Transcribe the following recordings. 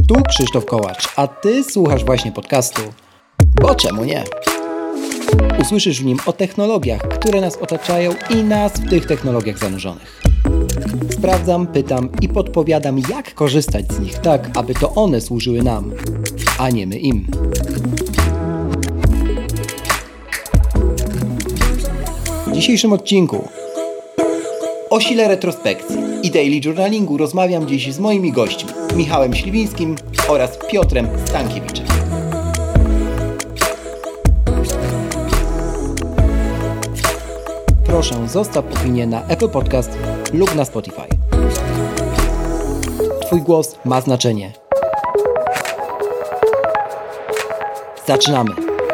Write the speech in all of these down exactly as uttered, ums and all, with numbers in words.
Tu Krzysztof Kołacz, a Ty słuchasz właśnie podcastu Bo czemu nie? Usłyszysz w nim o technologiach, które nas otaczają i nas w tych technologiach zanurzonych. Sprawdzam, pytam i podpowiadam, jak korzystać z nich tak, aby to one służyły nam, a nie my im. W dzisiejszym odcinku o sile retrospekcji i daily journalingu rozmawiam dziś z moimi gośćmi Michałem Śliwińskim oraz Piotrem Stankiewiczem. Proszę, zostaw opinię na Apple Podcast lub na Spotify. Twój głos ma znaczenie. Zaczynamy!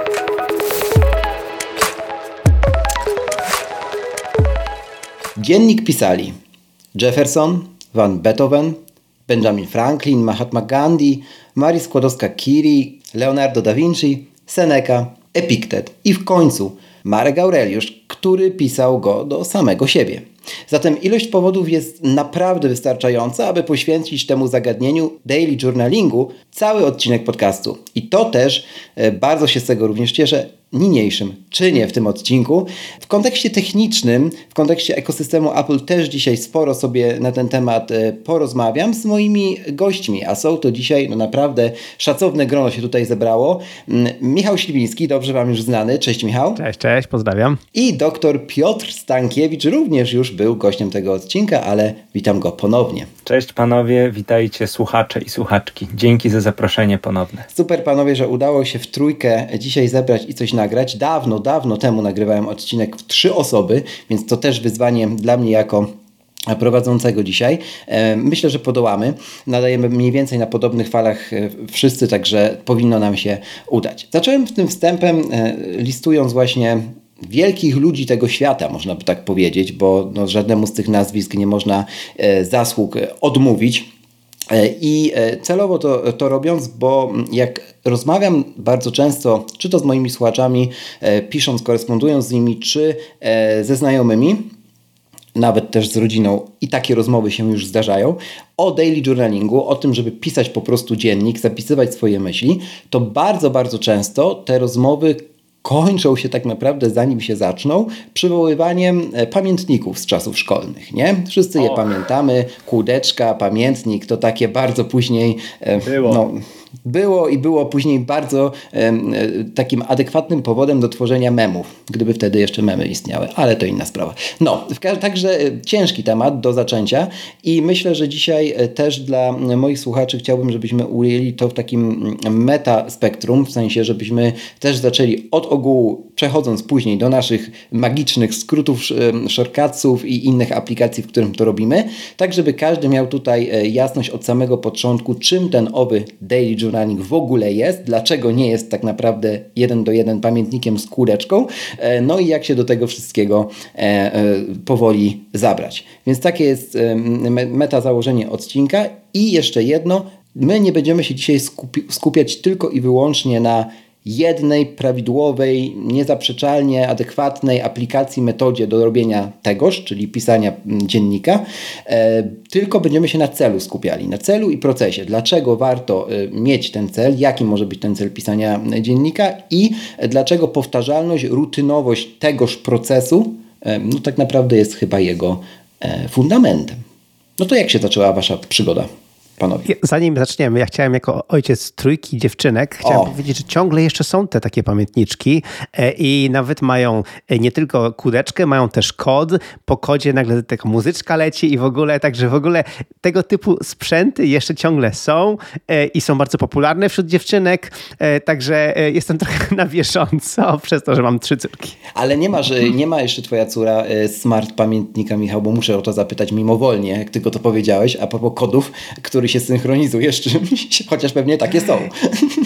Dziennik pisali Jefferson, Van Beethoven, Benjamin Franklin, Mahatma Gandhi, Marii Skłodowska-Curie, Leonardo da Vinci, Seneca, Epiktet i w końcu Marek Aureliusz, który pisał go do samego siebie. Zatem ilość powodów jest naprawdę wystarczająca, aby poświęcić temu zagadnieniu daily journalingu cały odcinek podcastu. I to też, bardzo się z tego również cieszę, niniejszym czynię w tym odcinku. W kontekście technicznym, w kontekście ekosystemu Apple też dzisiaj sporo sobie na ten temat porozmawiam z moimi gośćmi, a są to dzisiaj no naprawdę szacowne grono się tutaj zebrało. Michał Śliwiński, dobrze Wam już znany. Cześć Michał. Cześć, cześć, pozdrawiam. I doktor Piotr Stankiewicz również już był gościem tego odcinka, ale witam go ponownie. Cześć panowie, witajcie słuchacze i słuchaczki. Dzięki za zaproszenie ponowne. Super panowie, że udało się w trójkę dzisiaj zebrać i coś nagrać. Dawno, dawno temu nagrywałem odcinek w trzy osoby, więc to też wyzwanie dla mnie jako prowadzącego dzisiaj. Myślę, że podołamy. Nadajemy mniej więcej na podobnych falach wszyscy, także powinno nam się udać. Zacząłem tym wstępem listując właśnie wielkich ludzi tego świata, można by tak powiedzieć, bo no, żadnemu z tych nazwisk nie można e, zasług odmówić. E, I e, celowo to, to robiąc, bo jak rozmawiam bardzo często, czy to z moimi słuchaczami, e, pisząc, korespondując z nimi, czy e, ze znajomymi, nawet też z rodziną i takie rozmowy się już zdarzają, o daily journalingu, o tym, żeby pisać po prostu dziennik, zapisywać swoje myśli, to bardzo, bardzo często te rozmowy kończą się tak naprawdę, zanim się zaczną, przywoływaniem pamiętników z czasów szkolnych, nie? Wszyscy je oh. pamiętamy, kółdeczka, pamiętnik, to takie bardzo później było. No, było i było później bardzo e, takim adekwatnym powodem do tworzenia memów, gdyby wtedy jeszcze memy istniały, ale to inna sprawa. No, w, także ciężki temat do zaczęcia i myślę, że dzisiaj też dla moich słuchaczy chciałbym, żebyśmy ujęli to w takim meta spektrum, w sensie, żebyśmy też zaczęli od ogółu, przechodząc później do naszych magicznych skrótów, shortcutsów i innych aplikacji, w którym to robimy, tak żeby każdy miał tutaj jasność od samego początku, czym ten owy daily journaling w ogóle jest, dlaczego nie jest tak naprawdę jeden do jeden pamiętnikiem z kółeczką, no i jak się do tego wszystkiego e, e, powoli zabrać. Więc takie jest e, meta założenie odcinka i jeszcze jedno, my nie będziemy się dzisiaj skupi- skupiać tylko i wyłącznie na jednej prawidłowej, niezaprzeczalnie adekwatnej aplikacji, metodzie do robienia tegoż, czyli pisania dziennika, e, tylko będziemy się na celu skupiali, na celu i procesie. Dlaczego warto e, mieć ten cel, jaki może być ten cel pisania dziennika i e, dlaczego powtarzalność, rutynowość tegoż procesu e, no tak naprawdę jest chyba jego e, fundamentem. No to jak się zaczęła wasza przygoda? Panowie. Zanim zaczniemy, ja chciałem jako ojciec trójki dziewczynek, chciałem o. powiedzieć, że ciągle jeszcze są te takie pamiętniczki i nawet mają nie tylko kółeczkę, mają też kod, po kodzie nagle taka muzyczka leci i w ogóle, także w ogóle tego typu sprzęty jeszcze ciągle są i są bardzo popularne wśród dziewczynek, także jestem trochę na bieżąco przez to, że mam trzy córki. Ale nie ma, że nie ma jeszcze twoja córa smart pamiętnika, Michał, bo muszę o to zapytać mimowolnie, jak tylko to powiedziałeś, a propos kodów, który się synchronizuje z czymś, chociaż pewnie takie są.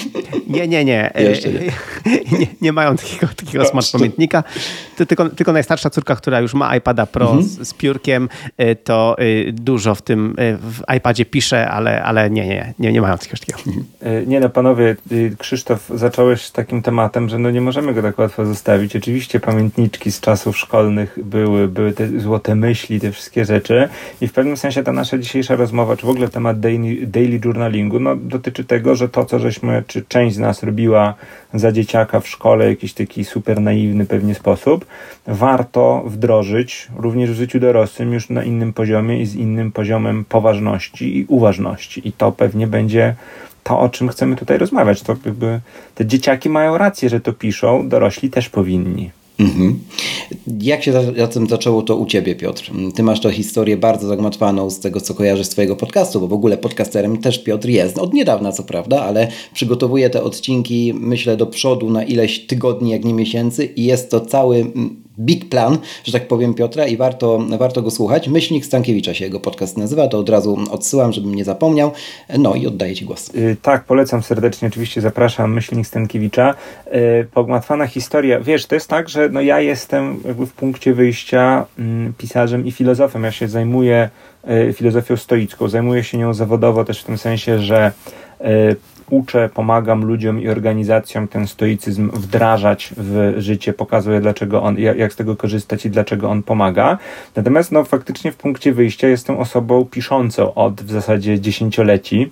Nie, nie, nie. Jeszcze nie. nie, nie mają takiego, takiego smart pamiętnika. Tylko, tylko najstarsza córka, która już ma iPada Pro mhm. z, z piórkiem, to dużo w tym w iPadzie pisze, ale, ale nie, nie, nie, nie mają czegoś takiego. Nie no, panowie, Krzysztof, zacząłeś takim tematem, że no nie możemy go tak łatwo zostawić. Oczywiście pamiętniczki z czasów szkolnych były, były te złote myśli, te wszystkie rzeczy i w pewnym sensie ta nasza dzisiejsza rozmowa, czy w ogóle temat daily, daily journalingu, no dotyczy tego, że to, co żeśmy, czy część z nas robiła za dzieciaka w szkole, jakiś taki super naiwny pewnie sposób, warto wdrożyć również w życiu dorosłym już na innym poziomie i z innym poziomem poważności i uważności. I to pewnie będzie to, o czym chcemy tutaj rozmawiać. To jakby te dzieciaki mają rację, że to piszą, dorośli też powinni. Mhm. Jak się zatem zaczęło to u Ciebie, Piotr? Ty masz tę historię bardzo zagmatwaną z tego, co kojarzysz z Twojego podcastu, bo w ogóle podcasterem też Piotr jest. Od niedawna, co prawda, ale przygotowuje te odcinki, myślę, do przodu na ileś tygodni, jak nie miesięcy i jest to cały big plan, że tak powiem, Piotra i warto, warto go słuchać. Myślnik Stankiewicza się jego podcast nazywa, to od razu odsyłam, żebym nie zapomniał. No i oddaję Ci głos. Yy, tak, polecam serdecznie, oczywiście zapraszam, Myślnik Stankiewicza. Yy, pogmatwana historia. Wiesz, to jest tak, że no ja jestem jakby w punkcie wyjścia yy, pisarzem i filozofem. Ja się zajmuję yy, filozofią stoicką, zajmuję się nią zawodowo też w tym sensie, że yy, uczę, pomagam ludziom i organizacjom ten stoicyzm wdrażać w życie, pokazuję dlaczego on, jak z tego korzystać i dlaczego on pomaga. Natomiast no faktycznie w punkcie wyjścia jestem osobą piszącą od w zasadzie dziesięcioleci.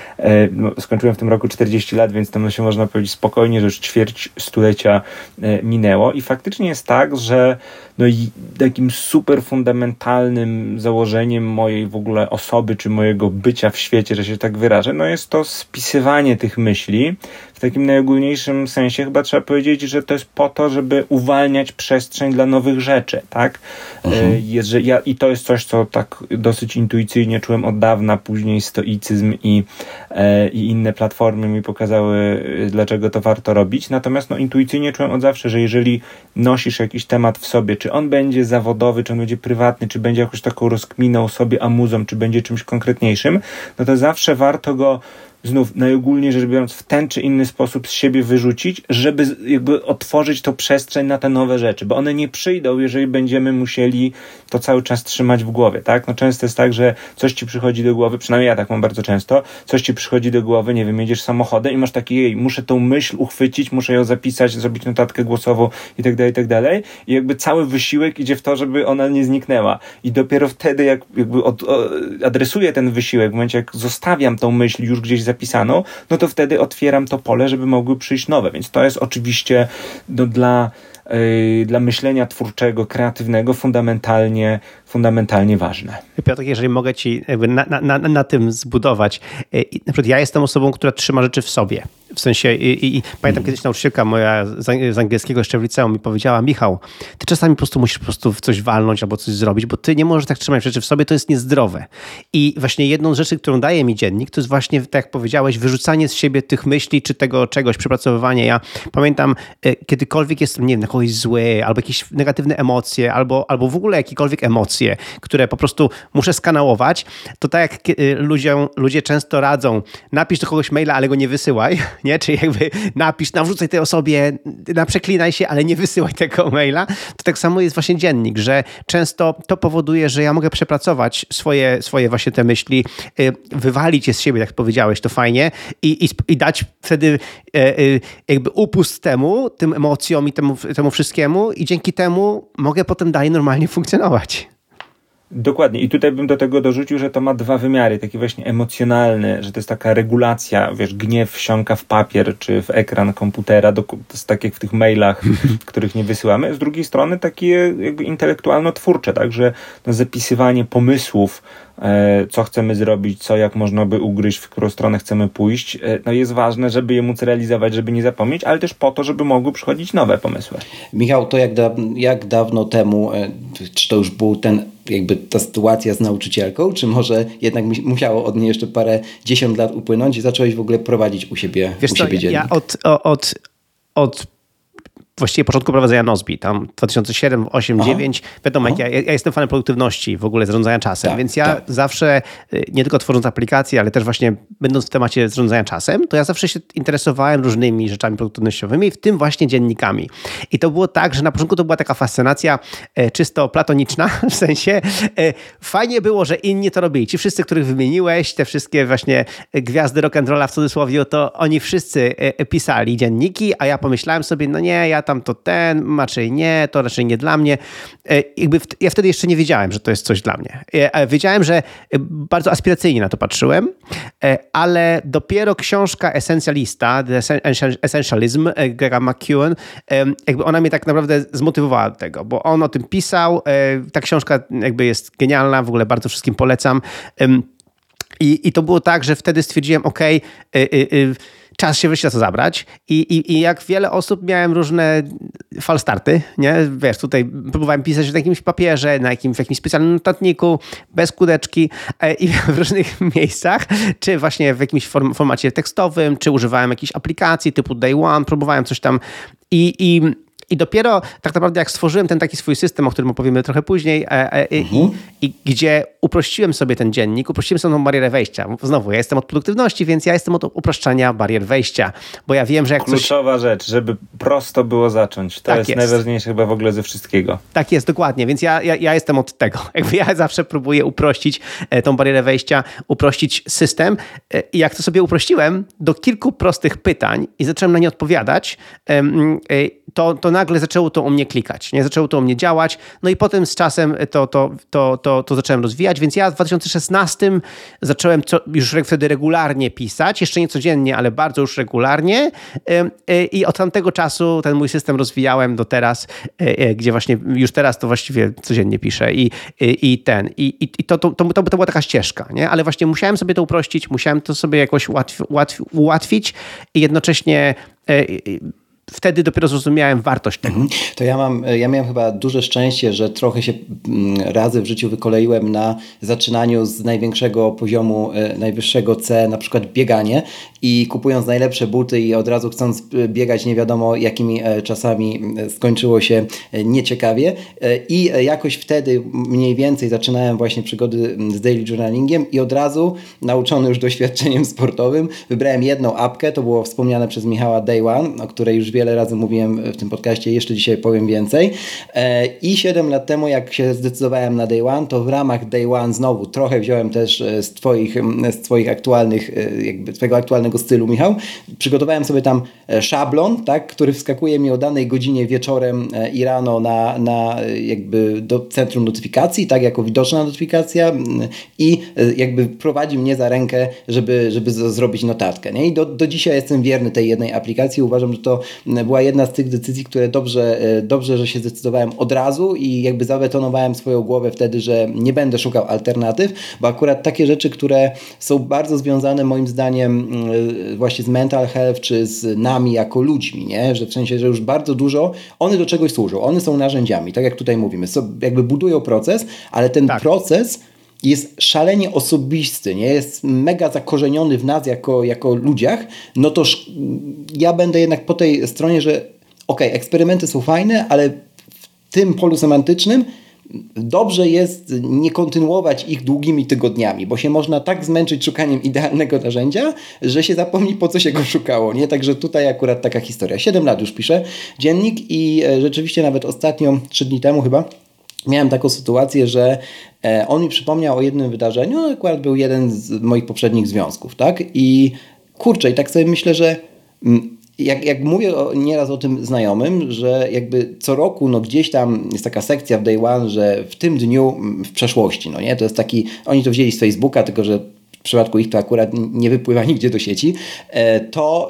No, skończyłem w tym roku czterdzieści lat, więc to się można powiedzieć spokojnie, że już ćwierć stulecia minęło i faktycznie jest tak, że no i takim super fundamentalnym założeniem mojej w ogóle osoby, czy mojego bycia w świecie, że się tak wyrażę, no jest to spisywanie tych myśli. W takim najogólniejszym sensie chyba trzeba powiedzieć, że to jest po to, żeby uwalniać przestrzeń dla nowych rzeczy, tak? Mhm. Jest, że ja, i to jest coś, co tak dosyć intuicyjnie czułem od dawna, później stoicyzm i, e, i inne platformy mi pokazały, dlaczego to warto robić. Natomiast no, intuicyjnie czułem od zawsze, że jeżeli nosisz jakiś temat w sobie, czy on będzie zawodowy, czy on będzie prywatny, czy będzie jakąś taką rozkminą sobie, amuzą, czy będzie czymś konkretniejszym, no to zawsze warto go znów najogólniej rzecz biorąc w ten czy inny sposób z siebie wyrzucić, żeby jakby otworzyć tą przestrzeń na te nowe rzeczy, bo one nie przyjdą, jeżeli będziemy musieli to cały czas trzymać w głowie, tak? No często jest tak, że coś ci przychodzi do głowy, przynajmniej ja tak mam bardzo często, coś ci przychodzi do głowy, nie wiem, jedziesz samochodem i masz takie, jej, muszę tą myśl uchwycić, muszę ją zapisać, zrobić notatkę głosową i tak dalej, i tak dalej i jakby cały wysiłek idzie w to, żeby ona nie zniknęła i dopiero wtedy jak jakby od, o, adresuję ten wysiłek, w momencie jak zostawiam tą myśl już gdzieś zapisaną, no to wtedy otwieram to pole, żeby mogły przyjść nowe, więc to jest oczywiście no, dla, yy, dla myślenia twórczego, kreatywnego fundamentalnie, fundamentalnie ważne. Piotr, jeżeli mogę ci jakby na, na, na, na tym zbudować, yy, na przykład ja jestem osobą, która trzyma rzeczy w sobie. W sensie, i, i, i pamiętam mm. kiedyś nauczycielka moja z, z angielskiego jeszcze w liceum mi powiedziała: Michał, ty czasami po prostu musisz po prostu w coś walnąć albo coś zrobić, bo ty nie możesz tak trzymać rzeczy w sobie, to jest niezdrowe. I właśnie jedną z rzeczy, którą daje mi dziennik, to jest właśnie, tak jak powiedziałeś, wyrzucanie z siebie tych myśli, czy tego czegoś, przepracowywanie. Ja pamiętam, kiedykolwiek jestem, nie wiem, na kogoś zły, albo jakieś negatywne emocje, albo, albo w ogóle jakiekolwiek emocje, które po prostu muszę skanałować, to tak jak ludziom, ludzie często radzą, napisz do kogoś maila, ale go nie wysyłaj, nie? Czyli jakby napisz, nawrzucaj tej osobie, naprzeklinaj się, ale nie wysyłaj tego maila. To tak samo jest właśnie dziennik, że często to powoduje, że ja mogę przepracować swoje, swoje właśnie te myśli, wywalić je z siebie, jak powiedziałeś, to fajnie i, i, i dać wtedy jakby upust temu, tym emocjom i temu, temu wszystkiemu i dzięki temu mogę potem dalej normalnie funkcjonować. Dokładnie. I tutaj bym do tego dorzucił, że to ma dwa wymiary, taki właśnie emocjonalny, że to jest taka regulacja, wiesz, gniew wsiąka w papier czy w ekran komputera, do, to jest tak jak w tych mailach, których nie wysyłamy. Z drugiej strony takie jakby intelektualno-twórcze, tak, że no, zapisywanie pomysłów, e, co chcemy zrobić, co, jak można by ugryźć, w którą stronę chcemy pójść, e, no jest ważne, żeby je móc realizować, żeby nie zapomnieć, ale też po to, żeby mogły przychodzić nowe pomysły. Michał, to jak, da, jak dawno temu, e, czy to już był ten jakby ta sytuacja z nauczycielką, czy może jednak musiało od niej jeszcze parę dziesiąt lat upłynąć i zacząłeś w ogóle prowadzić u siebie, Wiesz u co, siebie dziennik? Ja od, od, od właściwie początku prowadzenia Nozbi, tam dwa tysiące siedem, osiem, Aha. dziewięć. Wiadomo, jak ja, ja jestem fanem produktywności, w ogóle zarządzania czasem, Tak, więc ja tak. zawsze, nie tylko tworząc aplikacje, ale też właśnie będąc w temacie zarządzania czasem, to ja zawsze się interesowałem różnymi rzeczami produktywnościowymi, w tym właśnie dziennikami. I to było tak, że na początku to była taka fascynacja e, czysto platoniczna, w sensie e, fajnie było, że inni to robili. Ci wszyscy, których wymieniłeś, te wszystkie właśnie gwiazdy rock'n'rolla w cudzysłowie, to oni wszyscy e, pisali dzienniki, a ja pomyślałem sobie, no nie, ja tam to ten, raczej nie, to raczej nie dla mnie. E, jakby w, ja wtedy jeszcze nie wiedziałem, że to jest coś dla mnie. E, wiedziałem, że bardzo aspiracyjnie na to patrzyłem, e, ale dopiero książka Esencjalista, The Essentialism, Grega McKeown, e, jakby ona mnie tak naprawdę zmotywowała do tego, bo on o tym pisał. E, ta książka jakby jest genialna, w ogóle bardzo wszystkim polecam. E, i, I to było tak, że wtedy stwierdziłem, okej, okay, czas się wreszcie za to zabrać. I, i, I jak wiele osób miałem różne falstarty, nie? Wiesz, tutaj próbowałem pisać na jakimś papierze, na jakimś, w jakimś specjalnym notatniku, bez kudeczki e, i w różnych miejscach, czy właśnie w jakimś form, formacie tekstowym, czy używałem jakiejś aplikacji typu Day One, próbowałem coś tam i... i I dopiero tak naprawdę jak stworzyłem ten taki swój system, o którym opowiemy trochę później, e, e, mhm. i, i gdzie uprościłem sobie ten dziennik, uprościłem sobie tą barierę wejścia. Znowu, ja jestem od produktywności, więc ja jestem od upraszczania barier wejścia, bo ja wiem, że jak Kluczowa coś... rzecz, żeby prosto było zacząć. To tak jest, jest najważniejsze chyba w ogóle ze wszystkiego. Tak jest, dokładnie, więc ja, ja, ja jestem od tego. Jakby ja zawsze próbuję uprościć e, tą barierę wejścia, uprościć system e, i jak to sobie uprościłem do kilku prostych pytań i zacząłem na nie odpowiadać, e, e, to, to nagle zaczęło to u mnie klikać, nie? Zaczęło to u mnie działać, no i potem z czasem to, to, to, to, to zacząłem rozwijać, więc ja w dwa tysiące szesnastym zacząłem co, już wtedy regularnie pisać, jeszcze nie codziennie, ale bardzo już regularnie i od tamtego czasu ten mój system rozwijałem do teraz, gdzie właśnie już teraz to właściwie codziennie piszę i, i, i ten, i, i to, to, to, to była taka ścieżka, nie? Ale właśnie musiałem sobie to uprościć, musiałem to sobie jakoś ułatwi, ułatwi, ułatwić i jednocześnie wtedy dopiero zrozumiałem wartość tego. To ja mam, ja miałem chyba duże szczęście, że trochę się razy w życiu wykoleiłem na zaczynaniu z największego poziomu, najwyższego C, na przykład bieganie i kupując najlepsze buty i od razu chcąc biegać nie wiadomo jakimi czasami skończyło się nieciekawie i jakoś wtedy mniej więcej zaczynałem właśnie przygody z daily journalingiem i od razu nauczony już doświadczeniem sportowym wybrałem jedną apkę, to było wspomniane przez Michała Day One, o której już wiele razy mówiłem w tym podcaście, jeszcze dzisiaj powiem więcej. I siedem lat temu, jak się zdecydowałem na Day One, to w ramach Day One znowu trochę wziąłem też z twoich, z twoich aktualnych, jakby twojego aktualnego stylu, Michał. Przygotowałem sobie tam szablon, tak, który wskakuje mi o danej godzinie wieczorem i rano na, na jakby do centrum notyfikacji, tak, jako widoczna notyfikacja i jakby prowadzi mnie za rękę, żeby, żeby zrobić notatkę. Nie? I do, do dzisiaj jestem wierny tej jednej aplikacji. Uważam, że to była jedna z tych decyzji, które dobrze, dobrze, że się zdecydowałem od razu i jakby zabetonowałem swoją głowę wtedy, że nie będę szukał alternatyw, bo akurat takie rzeczy, które są bardzo związane moim zdaniem właśnie z mental health, czy z nami jako ludźmi, nie? Że w sensie, że już bardzo dużo, one do czegoś służą, one są narzędziami, tak jak tutaj mówimy, so, jakby budują proces, ale ten tak. proces jest szalenie osobisty, nie? Jest mega zakorzeniony w nas jako, jako ludziach, no to sz- ja będę jednak po tej stronie, że okej, okay, eksperymenty są fajne, ale w tym polu semantycznym dobrze jest nie kontynuować ich długimi tygodniami, bo się można tak zmęczyć szukaniem idealnego narzędzia, że się zapomni, po co się go szukało, nie? Także tutaj akurat taka historia. Siedem lat już piszę dziennik i rzeczywiście nawet ostatnio, trzy dni temu chyba, miałem taką sytuację, że on mi przypomniał o jednym wydarzeniu, no akurat był jeden z moich poprzednich związków, tak? I kurczę, i tak sobie myślę, że jak, jak mówię o, nieraz o tym znajomym, że jakby co roku no gdzieś tam jest taka sekcja w Day One, że w tym dniu w przeszłości, no nie? To jest taki, oni to wzięli z Facebooka, tylko że w przypadku ich to akurat nie wypływa nigdzie do sieci, to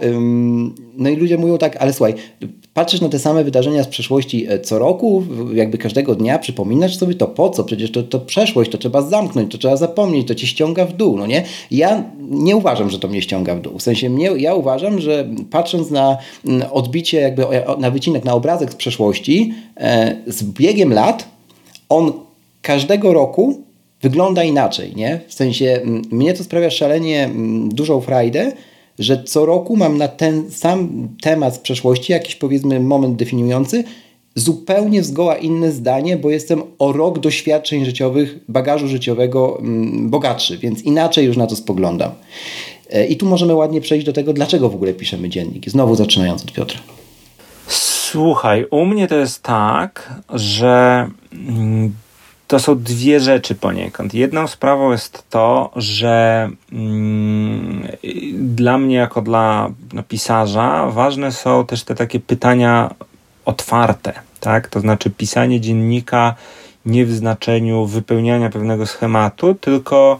no i ludzie mówią tak, ale słuchaj, patrzysz na te same wydarzenia z przeszłości co roku, jakby każdego dnia przypominasz sobie to po co? Przecież to, to przeszłość, to trzeba zamknąć, to trzeba zapomnieć, to cię ściąga w dół, no nie? Ja nie uważam, że to mnie ściąga w dół. W sensie mnie, ja uważam, że patrząc na odbicie, jakby na wycinek, na obrazek z przeszłości, z biegiem lat, on każdego roku wygląda inaczej, nie? W sensie mnie to sprawia szalenie dużą frajdę, że co roku mam na ten sam temat z przeszłości, jakiś powiedzmy moment definiujący, zupełnie zgoła inne zdanie, bo jestem o rok doświadczeń życiowych, bagażu życiowego mm, bogatszy, więc inaczej już na to spoglądam. E, I tu możemy ładnie przejść do tego, dlaczego w ogóle piszemy dziennik. Znowu zaczynając od Piotra. Słuchaj, u mnie to jest tak, że mm, to są dwie rzeczy poniekąd. Jedną sprawą jest to, że mm, dla mnie jako dla no, pisarza ważne są też te takie pytania otwarte, tak? To znaczy pisanie dziennika nie w znaczeniu wypełniania pewnego schematu, tylko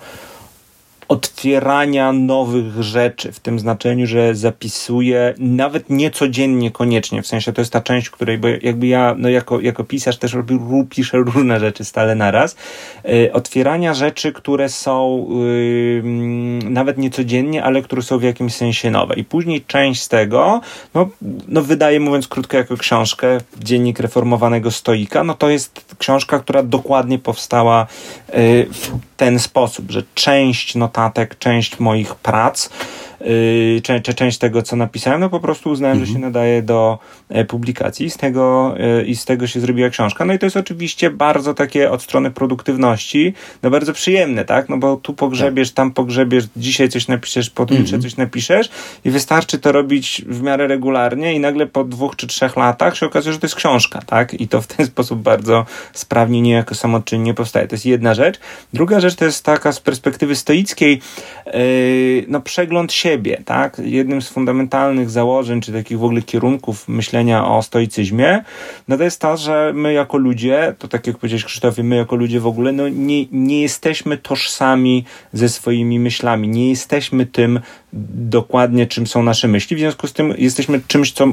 otwierania nowych rzeczy, w tym znaczeniu, że zapisuję nawet nie codziennie koniecznie, w sensie to jest ta część, której, bo jakby ja no jako, jako pisarz też robię, piszę różne rzeczy stale naraz, yy, otwierania rzeczy, które są yy, nawet nie codziennie, ale które są w jakimś sensie nowe. I później część z tego, no, no wydaje, mówiąc krótko, jako książkę, Dziennik Reformowanego Stoika, no to jest książka, która dokładnie powstała yy, w ten sposób, że część notatek, część moich prac, yy, część, część tego, co napisałem, no po prostu uznałem, mhm. że się nadaje do e, publikacji i z tego, e, i z tego się zrobiła książka. No i to jest oczywiście bardzo takie od strony produktywności, no bardzo przyjemne, tak? No bo tu pogrzebiesz, tam pogrzebiesz, dzisiaj coś napiszesz, pojutrze mhm. coś napiszesz i wystarczy to robić w miarę regularnie i nagle po dwóch czy trzech latach się okazuje, że to jest książka, tak? I to w ten sposób bardzo sprawnie, niejako samoczynnie powstaje. To jest jedna rzecz. Druga rzecz to jest taka z perspektywy stoickiej, yy, no przegląd siebie, tak? Jednym z fundamentalnych założeń, czy takich w ogóle kierunków myślenia o stoicyzmie, no to jest to, że my jako ludzie, to tak jak powiedziałeś, Krzysztofie, my jako ludzie w ogóle, no nie, nie jesteśmy tożsami ze swoimi myślami, nie jesteśmy tym dokładnie, czym są nasze myśli, w związku z tym jesteśmy czymś, co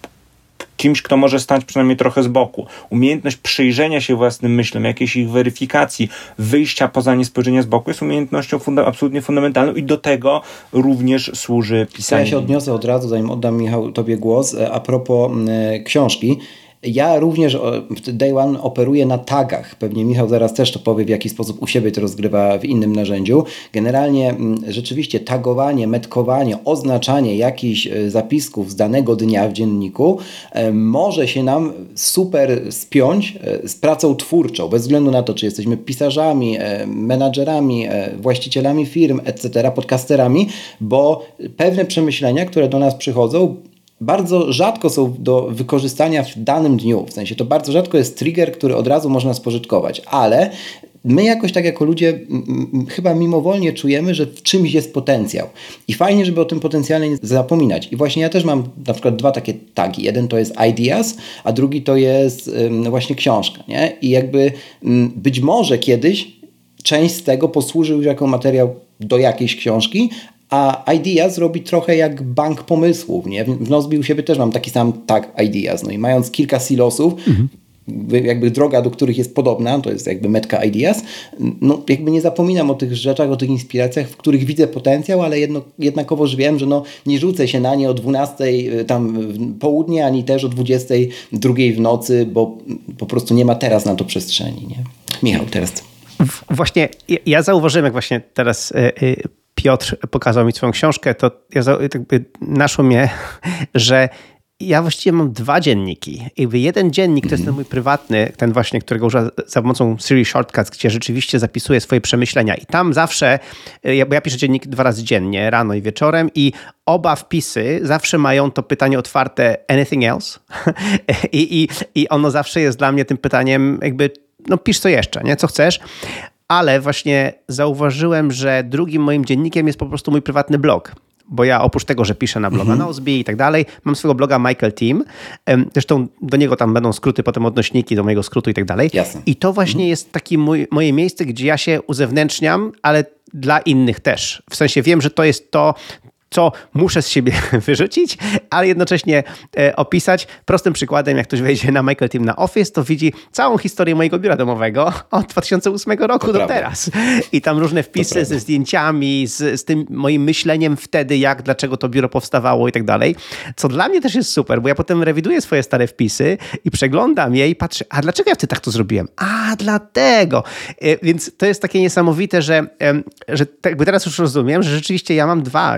kimś, kto może stać przynajmniej trochę z boku. Umiejętność przyjrzenia się własnym myślom, jakiejś ich weryfikacji, wyjścia poza nie spojrzenia z boku jest umiejętnością funda- absolutnie fundamentalną i do tego również służy pisanie. Ja się odniosę od razu, zanim oddam, Michał, tobie głos, a propos y, książki. Ja również w Day One operuję na tagach. Pewnie Michał zaraz też to powie, w jaki sposób u siebie to rozgrywa w innym narzędziu. Generalnie rzeczywiście tagowanie, metkowanie, oznaczanie jakichś zapisków z danego dnia w dzienniku może się nam super spiąć z pracą twórczą, bez względu na to, czy jesteśmy pisarzami, menadżerami, właścicielami firm, et cetera, podcasterami, bo pewne przemyślenia, które do nas przychodzą, bardzo rzadko są do wykorzystania w danym dniu. W sensie to bardzo rzadko jest trigger, który od razu można spożytkować, ale my jakoś tak jako ludzie m, m, chyba mimowolnie czujemy, że w czymś jest potencjał. I fajnie, żeby o tym potencjale nie zapominać. I właśnie ja też mam na przykład dwa takie tagi. Jeden to jest ideas, a drugi to jest ym, właśnie książka. Nie? I jakby ym, być może kiedyś część z tego posłuży już jako materiał do jakiejś książki, a Ideas robi trochę jak bank pomysłów, nie? W Nozbi u siebie też mam taki sam tag Ideas, no i mając kilka silosów, mhm. jakby droga, do których jest podobna, to jest jakby metka Ideas, no jakby nie zapominam o tych rzeczach, o tych inspiracjach, w których widzę potencjał, ale jedno, jednakowoż wiem, że no nie rzucę się na nie o dwunastej tam w południe, ani też o dwudziestej drugiej w nocy, bo po prostu nie ma teraz na to przestrzeni, nie? Michał, teraz. Właśnie ja zauważyłem, jak właśnie teraz yy, Piotr pokazał mi swoją książkę, to ja jakby naszło mnie, że ja właściwie mam dwa dzienniki. Jakby jeden dziennik to jest ten mój prywatny, ten właśnie, którego używam za pomocą Siri Shortcuts, gdzie rzeczywiście zapisuję swoje przemyślenia. I tam zawsze, bo ja piszę dziennik dwa razy dziennie, rano i wieczorem i oba wpisy zawsze mają to pytanie otwarte anything else? I, i, I ono zawsze jest dla mnie tym pytaniem jakby, no pisz co jeszcze, nie? Co chcesz? Ale właśnie zauważyłem, że drugim moim dziennikiem jest po prostu mój prywatny blog. Bo ja oprócz tego, że piszę na bloga mhm. Nozbi i tak dalej, mam swojego bloga Michael Team. Zresztą do niego tam będą skróty, potem odnośniki do mojego skrótu i tak dalej. Jasne. I to właśnie mhm. jest takie mój, moje miejsce, gdzie ja się uzewnętrzniam, ale dla innych też. W sensie wiem, że to jest to, co muszę z siebie wyrzucić, ale jednocześnie e, opisać. Prostym przykładem, jak ktoś wejdzie na Michael Team na Office, to widzi całą historię mojego biura domowego od dwa tysiące ósmego roku to do prawda. Teraz. I tam różne wpisy ze zdjęciami, z, z tym moim myśleniem wtedy, jak, dlaczego to biuro powstawało i tak dalej. Co dla mnie też jest super, bo ja potem rewiduję swoje stare wpisy i przeglądam je i patrzę, a dlaczego ja wtedy tak to zrobiłem? A, dlatego. E, więc to jest takie niesamowite, że, e, że jakby teraz już rozumiem, że rzeczywiście ja mam dwa dzienniki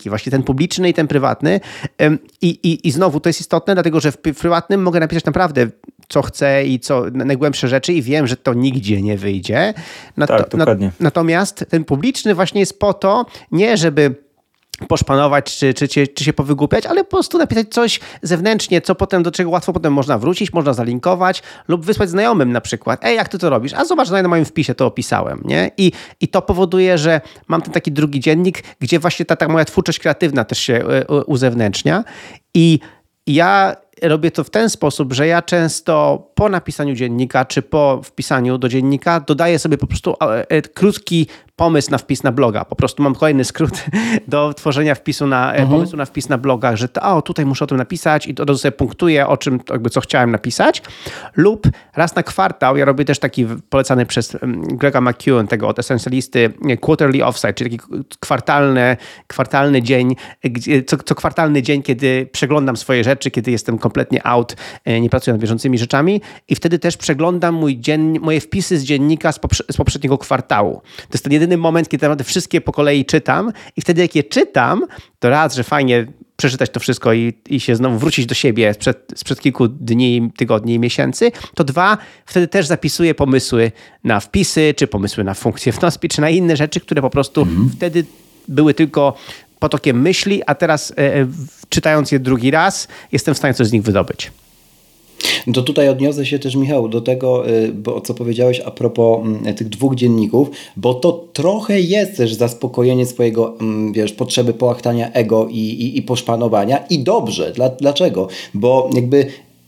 wersji, właśnie ten publiczny i ten prywatny. I, i, i znowu to jest istotne, dlatego że w, w prywatnym mogę napisać naprawdę co chcę i co najgłębsze rzeczy i wiem, że to nigdzie nie wyjdzie. Nato, tak, dokładnie. Na, natomiast ten publiczny właśnie jest po to, nie żeby poszpanować, czy, czy, czy, czy się powygłupiać, ale po prostu napisać coś zewnętrznie, co potem, do czego łatwo potem można wrócić, można zalinkować lub wysłać znajomym na przykład. Ej, jak ty to robisz? A zobacz, na moim wpisie to opisałem, nie? I, i to powoduje, że mam ten taki drugi dziennik, gdzie właśnie ta, ta moja twórczość kreatywna też się uzewnętrznia i ja robię to w ten sposób, że ja często po napisaniu dziennika, czy po wpisaniu do dziennika dodaję sobie po prostu krótki pomysł na wpis na bloga. Po prostu mam kolejny skrót do tworzenia wpisu na, mhm. pomysłu na wpis na blogach, że to, o, tutaj muszę o tym napisać i to, to sobie punktuję, o czym, jakby co chciałem napisać. Lub raz na kwartał, ja robię też taki polecany przez Grega McKeown, tego od esencjalisty, quarterly offsite, czyli taki kwartalny, kwartalny dzień, co, co kwartalny dzień, kiedy przeglądam swoje rzeczy, kiedy jestem kompletnie out, nie pracuję nad bieżącymi rzeczami i wtedy też przeglądam mój dzień, moje wpisy z dziennika z, poprze- z poprzedniego kwartału. To jest ten jedyny moment, kiedy naprawdę wszystkie po kolei czytam i wtedy jak je czytam, to raz, że fajnie przeczytać to wszystko i, i się znowu wrócić do siebie sprzed, sprzed kilku dni, tygodni i miesięcy, to dwa, wtedy też zapisuję pomysły na wpisy, czy pomysły na funkcje w Nozbe, czy na inne rzeczy, które po prostu mhm. wtedy były tylko potokiem myśli, a teraz e, czytając je drugi raz, jestem w stanie coś z nich wydobyć. No to tutaj odniosę się też, Michał, do tego, bo, co powiedziałeś a propos tych dwóch dzienników, bo to trochę jest też zaspokojenie swojego, wiesz, potrzeby połachtania ego i, i, i poszpanowania i dobrze. Dla, dlaczego? Bo jakby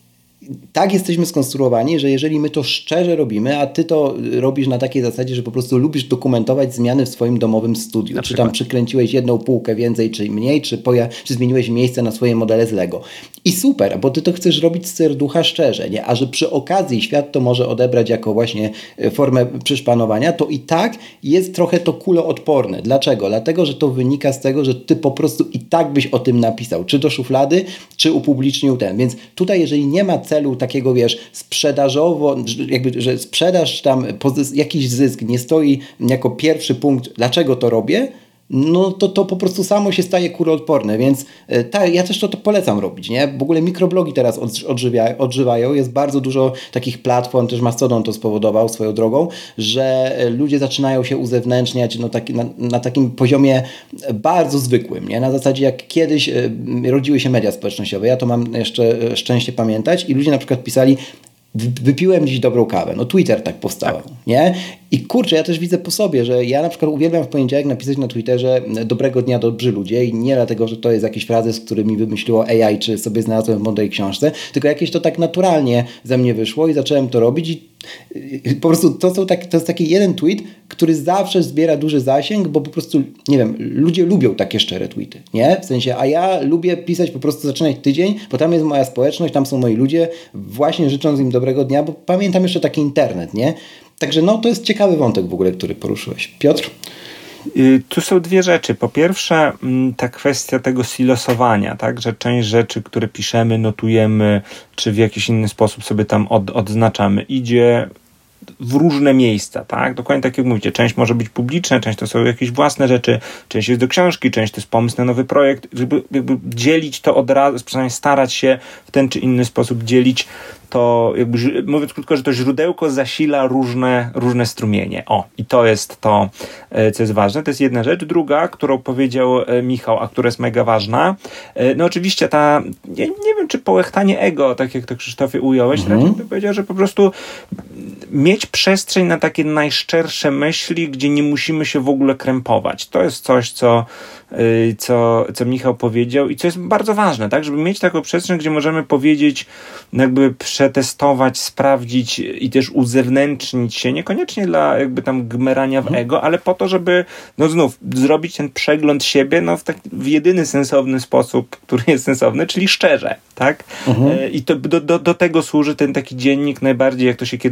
tak jesteśmy skonstruowani, że jeżeli my to szczerze robimy, a ty to robisz na takiej zasadzie, że po prostu lubisz dokumentować zmiany w swoim domowym studiu. Czy tam przykręciłeś jedną półkę więcej, czy mniej, czy, poja- czy zmieniłeś miejsce na swoje modele z Lego. I super, bo ty to chcesz robić z serducha szczerze, nie? A że przy okazji świat to może odebrać jako właśnie formę przyszpanowania, to i tak jest trochę to kuloodporne. Dlaczego? Dlatego, że to wynika z tego, że ty po prostu i tak byś o tym napisał. Czy do szuflady, czy upublicznił ten. Więc tutaj, jeżeli nie ma celu takiego, wiesz, sprzedażowo, jakby, że sprzedaż tam, jakiś zysk nie stoi jako pierwszy punkt, dlaczego to robię, no to to po prostu samo się staje kuloodporne, więc ta, ja też to, to polecam robić, nie? W ogóle mikroblogi teraz odżywia, odżywają, jest bardzo dużo takich platform, też Mastodon to spowodował swoją drogą, że ludzie zaczynają się uzewnętrzniać no, taki, na, na takim poziomie bardzo zwykłym, nie? Na zasadzie jak kiedyś rodziły się media społecznościowe, ja to mam jeszcze szczęście pamiętać i ludzie na przykład pisali: wypiłem dziś dobrą kawę. No Twitter tak powstał, tak. nie? I kurczę, ja też widzę po sobie, że ja na przykład uwielbiam w poniedziałek napisać na Twitterze dobrego dnia dobrzy ludzie i nie dlatego, że to jest jakieś frazy, z którymi wymyśliło A I, czy sobie znalazłem w mądrej książce, tylko jakieś to tak naturalnie ze mnie wyszło i zacząłem to robić i po prostu to, są tak, to jest taki jeden tweet, który zawsze zbiera duży zasięg, bo po prostu, nie wiem, ludzie lubią takie szczere tweety, nie? W sensie, a ja lubię pisać po prostu, zaczynać tydzień, bo tam jest moja społeczność, tam są moi ludzie, właśnie życząc im dobrego dnia, bo pamiętam jeszcze taki internet, nie? Także no, to jest ciekawy wątek w ogóle, który poruszyłeś. Piotr? Tu są dwie rzeczy. Po pierwsze, ta kwestia tego silosowania, tak, że część rzeczy, które piszemy, notujemy, czy w jakiś inny sposób sobie tam od, odznaczamy, idzie w różne miejsca, tak? Dokładnie tak jak mówicie, część może być publiczna, część to są jakieś własne rzeczy, część jest do książki, część to jest pomysł na nowy projekt, żeby jakby dzielić to od razu, przynajmniej starać się w ten czy inny sposób dzielić to, jakby, mówiąc krótko, że to źródełko zasila różne, różne strumienie. O, i to jest to, co jest ważne. To jest jedna rzecz. Druga, którą powiedział Michał, a która jest mega ważna, no oczywiście ta, ja nie wiem, czy połechtanie ego, tak jak to Krzysztofie ująłeś, mhm. raczej bym powiedział, że po prostu mieć przestrzeń na takie najszczersze myśli, gdzie nie musimy się w ogóle krępować. To jest coś, co, co, co Michał powiedział i co jest bardzo ważne, tak, żeby mieć taką przestrzeń, gdzie możemy powiedzieć, jakby przetestować, sprawdzić i też uzewnętrznić się, niekoniecznie dla jakby tam gmerania w ego, ale po to, żeby no znów zrobić ten przegląd siebie no w, tak, w jedyny sensowny sposób, który jest sensowny, czyli szczerze, tak? Mhm. I to, do, do, do tego służy ten taki dziennik najbardziej, jak to się kiedyś mówiło,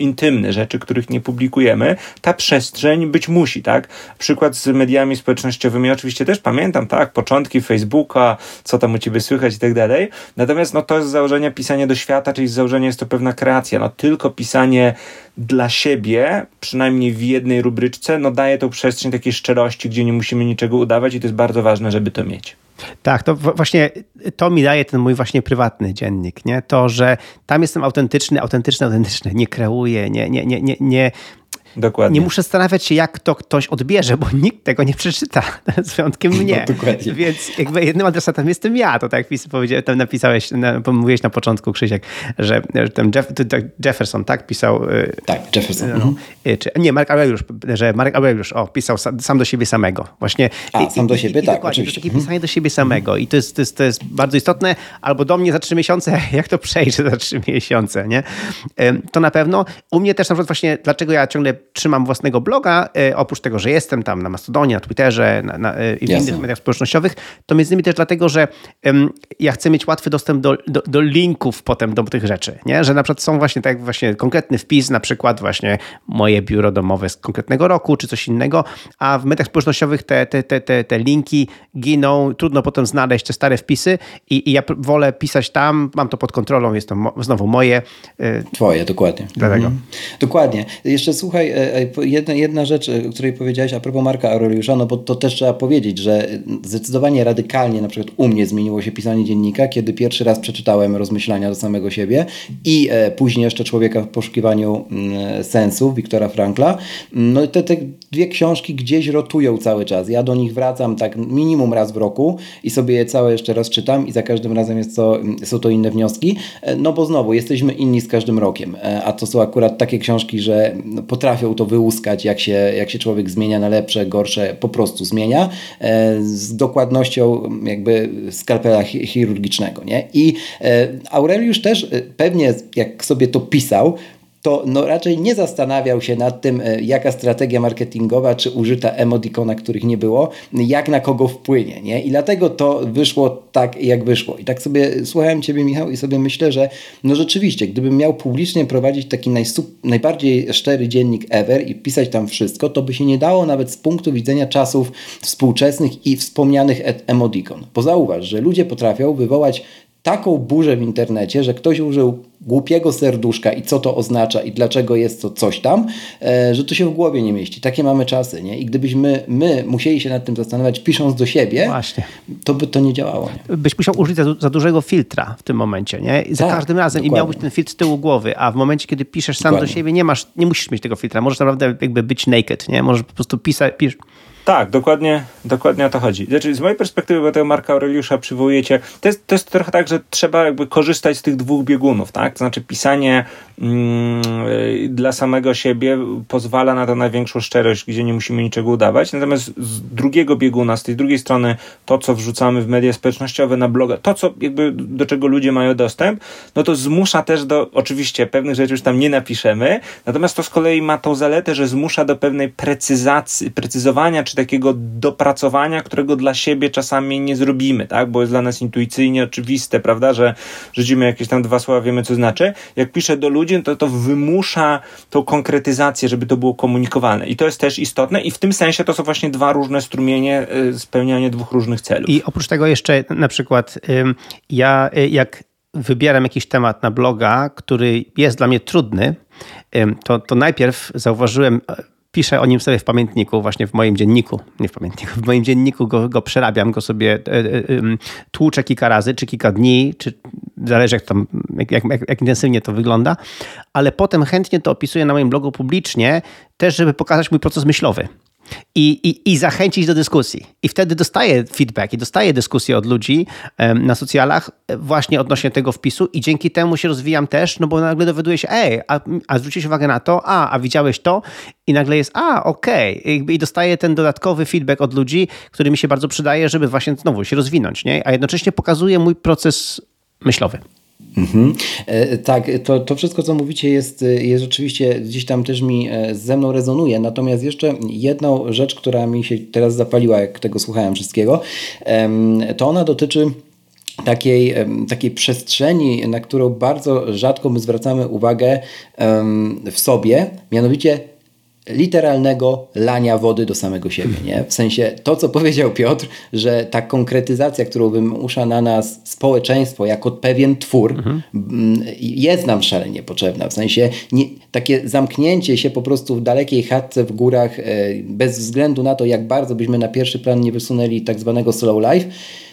intymny, rzeczy, których nie publikujemy, ta przestrzeń być musi, tak? Przykład z mediami społecznościowymi, oczywiście też pamiętam, tak, początki Facebooka, co tam u ciebie słychać i tak dalej, natomiast no to z założenia pisanie do świata, czyli z założenia jest to pewna kreacja, no tylko pisanie dla siebie, przynajmniej w jednej rubryczce, no daje tą przestrzeń takiej szczerości, gdzie nie musimy niczego udawać i to jest bardzo ważne, żeby to mieć. Tak, to właśnie to mi daje ten mój właśnie prywatny dziennik, nie? To, że tam jestem autentyczny, autentyczny, autentyczny, nie kreuję, nie, nie, nie, nie, nie Dokładnie. Nie muszę zastanawiać się, jak to ktoś odbierze, bo nikt tego nie przeczyta, z wyjątkiem mnie. No, dokładnie. Więc jakby jednym adresatem jestem ja, to tak jak powiedziałeś, tam napisałeś, mówiłeś na początku, Krzysiek, że, że ten Jeff, Jefferson, tak, pisał... Tak, Jefferson. No, mhm. czy, nie, Mark Aureliusz, że Mark Aureliusz, o, pisał sam, sam do siebie samego. Właśnie. A, i, sam do i, siebie, i, tak, dokładnie, oczywiście. To takie pisanie do siebie samego i to jest, to, jest, to jest bardzo istotne, albo do mnie za trzy miesiące, jak to przejdzie za trzy miesiące, nie? To na pewno. U mnie też na przykład właśnie, dlaczego ja ciągle trzymam własnego bloga, e, oprócz tego, że jestem tam na Mastodonie, na Twitterze na, na, e, i w Jasne. innych mediach społecznościowych, to między innymi też dlatego, że em, ja chcę mieć łatwy dostęp do, do, do linków potem do tych rzeczy, nie? Że na przykład są właśnie tak właśnie konkretny wpis, na przykład właśnie moje biuro domowe z konkretnego roku, czy coś innego, a w mediach społecznościowych te, te, te, te, te linki giną, trudno potem znaleźć te stare wpisy i, i ja wolę pisać tam, mam to pod kontrolą, jest to mo- znowu moje. E, Twoje, dokładnie. Dlatego. Mhm. Dokładnie. Jeszcze słuchaj, jedna, jedna rzecz, o której powiedziałeś a propos Marka Aureliusza, no bo to też trzeba powiedzieć, że zdecydowanie radykalnie na przykład u mnie zmieniło się pisanie dziennika, kiedy pierwszy raz przeczytałem rozmyślania do samego siebie i e, później jeszcze Człowieka w poszukiwaniu m, sensu Wiktora Frankla. No te, te dwie książki gdzieś rotują cały czas. Ja do nich wracam tak minimum raz w roku i sobie je całe jeszcze raz czytam i za każdym razem jest to, są to inne wnioski, no bo znowu jesteśmy inni z każdym rokiem, a to są akurat takie książki, że potrafią to wyłuskać, jak się, jak się człowiek zmienia na lepsze, gorsze, po prostu zmienia z dokładnością jakby skalpela chirurgicznego, nie? I Aureliusz też pewnie jak sobie to pisał, to no raczej nie zastanawiał się nad tym, jaka strategia marketingowa, czy użyta emodikona, których nie było, jak na kogo wpłynie, nie? I dlatego to wyszło tak, jak wyszło. I tak sobie słuchałem Ciebie, Michał, i sobie myślę, że no rzeczywiście, gdybym miał publicznie prowadzić taki najsup, najbardziej szczery dziennik ever i pisać tam wszystko, to by się nie dało nawet z punktu widzenia czasów współczesnych i wspomnianych emodikon. Bo zauważ, że ludzie potrafią wywołać taką burzę w internecie, że ktoś użył głupiego serduszka i co to oznacza i dlaczego jest to coś tam, e, że to się w głowie nie mieści. Takie mamy czasy, nie? I gdybyśmy my musieli się nad tym zastanawiać, pisząc do siebie, Właśnie. to by to nie działało. Nie? Byś musiał użyć za, za dużego filtra w tym momencie, nie? I za Tak, każdym razem dokładnie. i miałbyś ten filtr z tyłu głowy, a w momencie, kiedy piszesz sam Dokładnie. do siebie, nie masz, nie musisz mieć tego filtra. Możesz naprawdę jakby być naked, nie? Możesz po prostu pisać, pisz... Tak, dokładnie, dokładnie o to chodzi. Znaczy, z mojej perspektywy, bo tego Marka Aureliusza przywołujecie, to jest, to jest trochę tak, że trzeba jakby korzystać z tych dwóch biegunów, tak? To znaczy pisanie mm, dla samego siebie pozwala na to największą szczerość, gdzie nie musimy niczego udawać. Natomiast z drugiego bieguna, z tej drugiej strony, to, co wrzucamy w media społecznościowe, na bloga, to, co jakby do czego ludzie mają dostęp, no to zmusza też do, oczywiście pewnych rzeczy już tam nie napiszemy, natomiast to z kolei ma tą zaletę, że zmusza do pewnej precyzacji, precyzowania, czy takiego dopracowania, którego dla siebie czasami nie zrobimy, tak? Bo jest dla nas intuicyjnie oczywiste, prawda, że rzucimy jakieś tam dwa słowa, wiemy co znaczy. Jak piszę do ludzi, to to wymusza tą konkretyzację, żeby to było komunikowalne. I to jest też istotne i w tym sensie to są właśnie dwa różne strumienie, y, spełnianie dwóch różnych celów. I oprócz tego jeszcze na przykład ym, ja y, jak wybieram jakiś temat na bloga, który jest dla mnie trudny, ym, to, to najpierw zauważyłem, piszę o nim sobie w pamiętniku, właśnie w moim dzienniku, nie w pamiętniku, w moim dzienniku go, go przerabiam, go sobie y, y, y, tłuczę kilka razy, czy kilka dni, czy zależy jak, tam, jak, jak, jak intensywnie to wygląda, ale potem chętnie to opisuję na moim blogu publicznie, też żeby pokazać mój proces myślowy. I, i, i zachęcić do dyskusji. I wtedy dostaję feedback i dostaję dyskusję od ludzi um, na socjalach właśnie odnośnie tego wpisu i dzięki temu się rozwijam też, no bo nagle dowiaduję się, ej, a, a zwróciłeś uwagę na to, a, a widziałeś to i nagle jest, a, okej. Okay. I dostaję ten dodatkowy feedback od ludzi, który mi się bardzo przydaje, żeby właśnie znowu się rozwinąć, nie? A jednocześnie pokazuje mój proces myślowy. Mhm. E, tak, to, to wszystko, co mówicie, jest, jest rzeczywiście gdzieś tam też mi e, ze mną rezonuje. Natomiast jeszcze jedną rzecz, która mi się teraz zapaliła, jak tego słuchałem wszystkiego, em, to ona dotyczy takiej, takiej przestrzeni, na którą bardzo rzadko my zwracamy uwagę w sobie, mianowicie literalnego lania wody do samego siebie. Nie? W sensie to, co powiedział Piotr, że ta konkretyzacja, którą wymusza na nas społeczeństwo jako pewien twór, mhm. jest nam szalenie potrzebna. W sensie nie, takie zamknięcie się po prostu w dalekiej chatce w górach, bez względu na to, jak bardzo byśmy na pierwszy plan nie wysunęli tak zwanego slow life,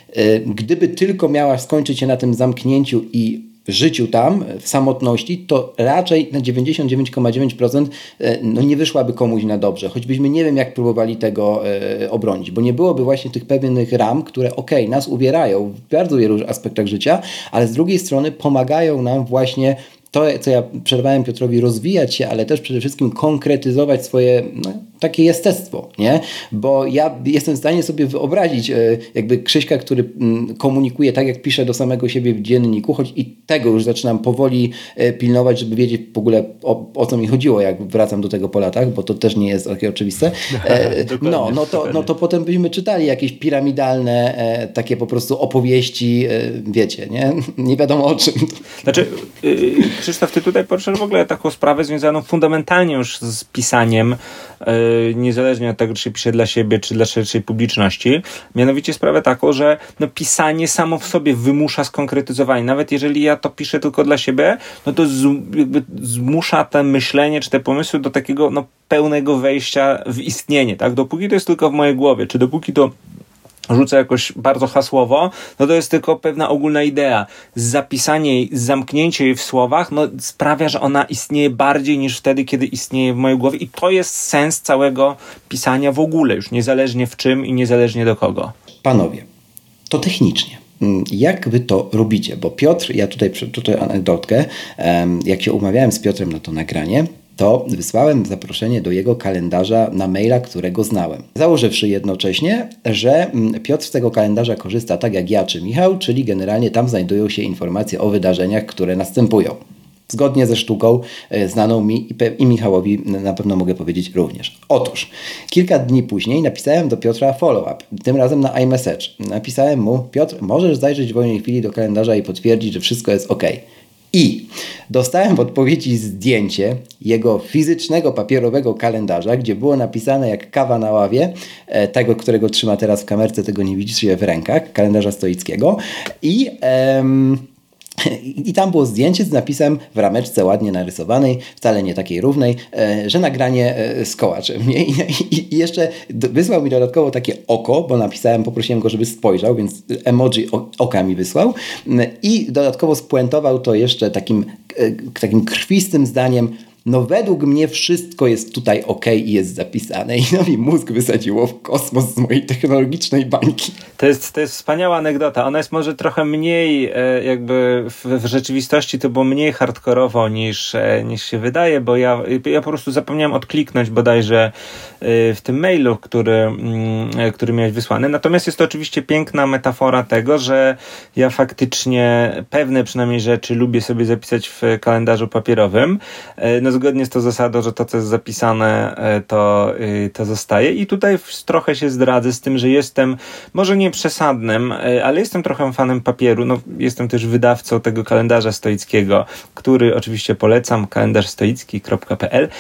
gdyby tylko miała skończyć się na tym zamknięciu i życiu tam, w samotności, to raczej na dziewięćdziesiąt dziewięć przecinek dziewięć procent no nie wyszłaby komuś na dobrze. Choćbyśmy nie wiem, jak próbowali tego e, obronić, bo nie byłoby właśnie tych pewnych ram, które okej, nas uwierają w bardzo wielu aspektach życia, ale z drugiej strony pomagają nam właśnie to, co ja przerwałem Piotrowi, rozwijać się, ale też przede wszystkim konkretyzować swoje no, takie jestestwo, nie? Bo ja jestem w stanie sobie wyobrazić e, jakby Krzyśka, który m, komunikuje tak, jak pisze do samego siebie w dzienniku, choć i tego już zaczynam powoli e, pilnować, żeby wiedzieć w ogóle o, o co mi chodziło, jak wracam do tego po latach, bo to też nie jest takie oczywiste. E, no, no, to, no to potem byśmy czytali jakieś piramidalne e, takie po prostu opowieści, e, wiecie, nie? Nie wiadomo o czym. Znaczy, yy, Krzysztof, ty tutaj poruszasz w ogóle taką sprawę związaną fundamentalnie już z pisaniem, yy, niezależnie od tego, czy się pisze dla siebie, czy dla szerszej publiczności. Mianowicie sprawę taką, że no, pisanie samo w sobie wymusza skonkretyzowanie. Nawet jeżeli ja to piszę tylko dla siebie, no to z, jakby zmusza te myślenie, czy te pomysły do takiego no, pełnego wejścia w istnienie. Tak? Dopóki to jest tylko w mojej głowie, czy dopóki to rzucę jakoś bardzo hasłowo, no to jest tylko pewna ogólna idea. Zapisanie jej, zamknięcie jej w słowach, no sprawia, że ona istnieje bardziej niż wtedy, kiedy istnieje w mojej głowie i to jest sens całego pisania w ogóle, już niezależnie w czym i niezależnie do kogo. Panowie, to technicznie. Jak wy to robicie? Bo Piotr, ja tutaj, tutaj anegdotkę, jak się umawiałem z Piotrem na to nagranie, to wysłałem zaproszenie do jego kalendarza na maila, którego znałem. Założywszy jednocześnie, że Piotr z tego kalendarza korzysta tak jak ja czy Michał, czyli generalnie tam znajdują się informacje o wydarzeniach, które następują. Zgodnie ze sztuką znaną mi i Michałowi na pewno mogę powiedzieć również. Otóż, kilka dni później napisałem do Piotra follow-up, tym razem na iMessage. Napisałem mu: Piotr, możesz zajrzeć w wolnej chwili do kalendarza i potwierdzić, że wszystko jest ok. I dostałem w odpowiedzi zdjęcie jego fizycznego, papierowego kalendarza, gdzie było napisane jak kawa na ławie, tego, którego trzyma teraz w kamerce, tego nie widzicie w rękach, kalendarza stoickiego. I... Em, I tam było zdjęcie z napisem w rameczce ładnie narysowanej, wcale nie takiej równej, że nagranie z kołaczem. Nie? I jeszcze wysłał mi dodatkowo takie oko, bo napisałem, poprosiłem go, żeby spojrzał, więc emoji oka mi wysłał. I dodatkowo spuentował to jeszcze takim, takim krwistym zdaniem: no według mnie wszystko jest tutaj ok i jest zapisane. I no mi mózg wysadziło w kosmos z mojej technologicznej bańki. To jest, to jest wspaniała anegdota. Ona jest może trochę mniej e, jakby w, w rzeczywistości to było mniej hardkorowo niż, e, niż się wydaje, bo ja, ja po prostu zapomniałem odkliknąć bodajże e, w tym mailu, który, mm, który miałeś wysłany. Natomiast jest to oczywiście piękna metafora tego, że ja faktycznie pewne przynajmniej rzeczy lubię sobie zapisać w kalendarzu papierowym. E, no zgodnie z tą zasadą, że to, co jest zapisane, to, to zostaje. I tutaj trochę się zdradzę z tym, że jestem może nie przesadnym, ale jestem trochę fanem papieru. No, jestem też wydawcą tego kalendarza stoickiego, który oczywiście polecam, kalendarz stoicki kropka p l,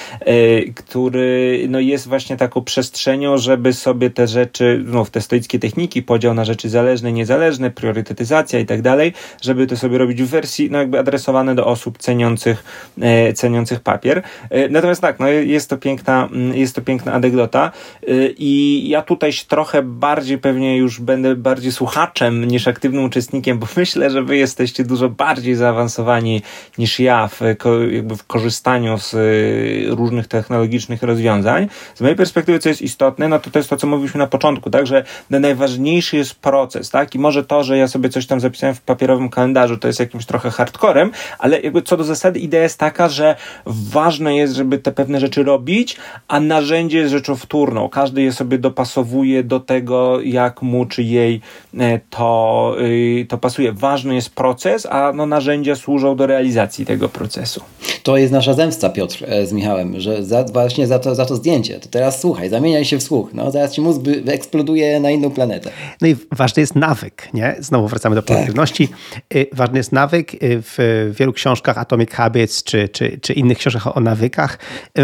który no, jest właśnie taką przestrzenią, żeby sobie te rzeczy, no, te stoickie techniki, podział na rzeczy zależne, niezależne, priorytetyzacja i tak dalej, żeby to sobie robić w wersji no, jakby adresowane do osób ceniących, ceniących papier. Natomiast tak, no jest to piękna, jest to piękna anegdota i ja tutaj trochę bardziej pewnie już będę bardziej słuchaczem niż aktywnym uczestnikiem, bo myślę, że wy jesteście dużo bardziej zaawansowani niż ja w, jakby w korzystaniu z różnych technologicznych rozwiązań. Z mojej perspektywy, co jest istotne, no to to jest to, co mówiliśmy na początku, tak, że najważniejszy jest proces, tak, i może to, że ja sobie coś tam zapisałem w papierowym kalendarzu, to jest jakimś trochę hardcorem, ale jakby co do zasady idea jest taka, że ważne jest, żeby te pewne rzeczy robić, a narzędzie jest rzeczą wtórną. Każdy je sobie dopasowuje do tego, jak mu czy jej to, to pasuje. Ważny jest proces, a no narzędzia służą do realizacji tego procesu. To jest nasza zemsta, Piotr, z Michałem, że za, właśnie za to, za to zdjęcie. To teraz słuchaj, zamieniaj się w słuch. No, zaraz ci mózg wyeksploduje na inną planetę. No i ważny jest nawyk, nie? Znowu wracamy do produktywności. Tak. Ważny jest nawyk. W wielu książkach Atomic Habits czy, czy, czy innych książkach o nawykach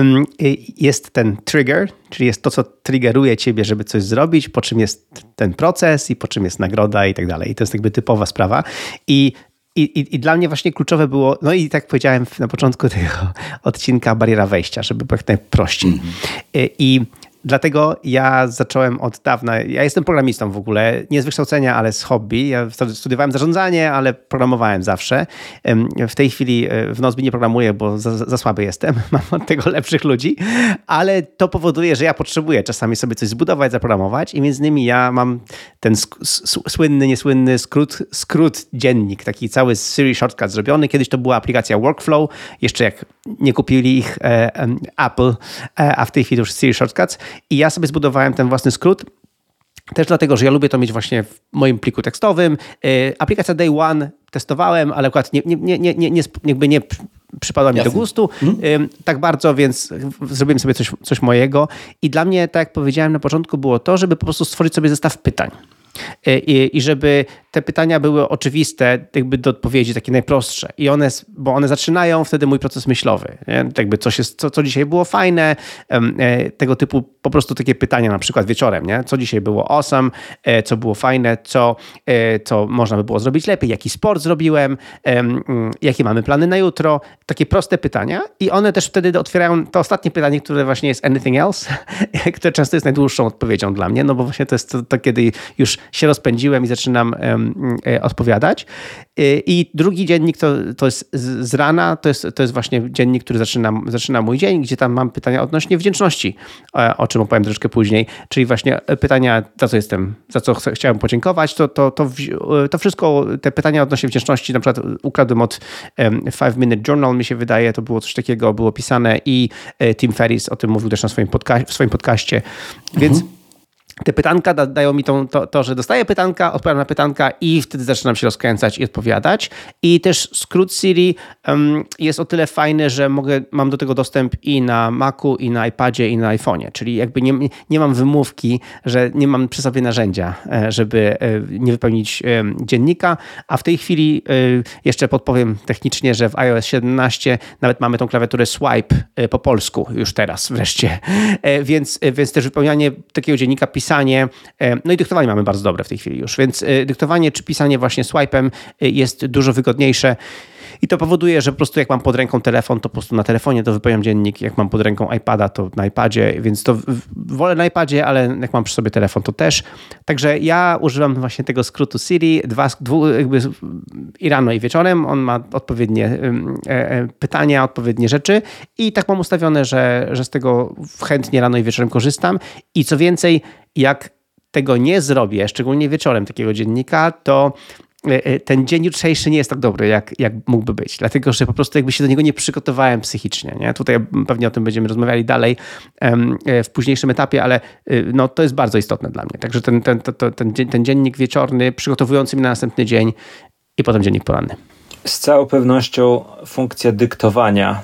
jest ten trigger, czyli jest to, co triggeruje ciebie, żeby coś zrobić, po czym jest ten proces i po czym jest nagroda i tak dalej. I to jest jakby typowa sprawa. I I, i, I dla mnie właśnie kluczowe było, no i tak powiedziałem na początku tego odcinka, bariera wejścia, żeby było jak najprościej. Mm-hmm. I dlatego ja zacząłem od dawna, ja jestem programistą w ogóle, nie z wykształcenia, ale z hobby. Ja studiowałem zarządzanie, ale programowałem zawsze. W tej chwili w Nozbi nie programuję, bo za, za słaby jestem, mam od tego lepszych ludzi, ale to powoduje, że ja potrzebuję czasami sobie coś zbudować, zaprogramować i między innymi ja mam ten sk- s- słynny, niesłynny skrót, skrót dziennik, taki cały z Siri Shortcut zrobiony. Kiedyś to była aplikacja Workflow, jeszcze jak nie kupili ich e, e, Apple, e, a w tej chwili już Siri Shortcuts. I ja sobie zbudowałem ten własny skrót, też dlatego, że ja lubię to mieć właśnie w moim pliku tekstowym. Aplikacja Day One testowałem, ale akurat nie, nie, nie, nie, nie, jakby nie przypadła mi Jasne. do gustu hmm. tak bardzo, więc zrobiłem sobie coś, coś mojego. I dla mnie, tak jak powiedziałem na początku, było to, żeby po prostu stworzyć sobie zestaw pytań. I, I żeby te pytania były oczywiste, jakby do odpowiedzi, takie najprostsze. I one, bo one zaczynają wtedy mój proces myślowy. Nie? Jakby coś jest, co, co dzisiaj było fajne, tego typu po prostu takie pytania, na przykład wieczorem, nie? Co dzisiaj było awesome, co było fajne, co, co można by było zrobić lepiej, jaki sport zrobiłem, jakie mamy plany na jutro. Takie proste pytania i one też wtedy otwierają to ostatnie pytanie, które właśnie jest anything else, które często jest najdłuższą odpowiedzią dla mnie, no bo właśnie to jest to, to kiedy już się rozpędziłem i zaczynam um, e, odpowiadać. E, I drugi dziennik to, to jest z, z rana, to jest, to jest właśnie dziennik, który zaczyna, zaczyna mój dzień, gdzie tam mam pytania odnośnie wdzięczności, e, o czym opowiem troszkę później, czyli właśnie pytania, za co jestem, za co ch- chciałem podziękować, to, to, to, to wszystko, te pytania odnośnie wdzięczności, na przykład ukradłem od um, Five Minute Journal, mi się wydaje, to było coś takiego, było pisane i e, Tim Ferriss o tym mówił też na swoim podca- w swoim podcaście, więc mhm. Te pytanka da, dają mi to, to, to, że dostaję pytanka, odpowiadam na pytanka i wtedy zaczynam się rozkręcać i odpowiadać. I też skrót Siri um, jest o tyle fajny, że mogę, mam do tego dostęp i na Macu, i na iPadzie, i na iPhone'ie. Czyli jakby nie, nie mam wymówki, że nie mam przy sobie narzędzia, żeby nie wypełnić dziennika. A w tej chwili jeszcze podpowiem technicznie, że w iOS siedemnaście nawet mamy tą klawiaturę swipe po polsku już teraz wreszcie. Więc, więc też wypełnianie takiego dziennika pisania. No i dyktowanie mamy bardzo dobre w tej chwili już, więc dyktowanie czy pisanie właśnie swipe'em jest dużo wygodniejsze i to powoduje, że po prostu jak mam pod ręką telefon, to po prostu na telefonie to wypełniam dziennik, jak mam pod ręką iPada, to na iPadzie, więc to wolę na iPadzie, ale jak mam przy sobie telefon, to też. Także ja używam właśnie tego skrótu Siri, dwa, dwu, jakby i rano i wieczorem, on ma odpowiednie e, pytania, odpowiednie rzeczy i tak mam ustawione, że, że z tego chętnie rano i wieczorem korzystam i co więcej, jak tego nie zrobię, szczególnie wieczorem takiego dziennika, to ten dzień jutrzejszy nie jest tak dobry, jak, jak mógłby być. Dlatego, że po prostu jakby się do niego nie przygotowałem psychicznie. Nie? Tutaj pewnie o tym będziemy rozmawiali dalej um, w późniejszym etapie, ale no, to jest bardzo istotne dla mnie. Także ten, ten, to, ten, ten dziennik wieczorny przygotowujący mnie na następny dzień i potem dziennik poranny. Z całą pewnością funkcja dyktowania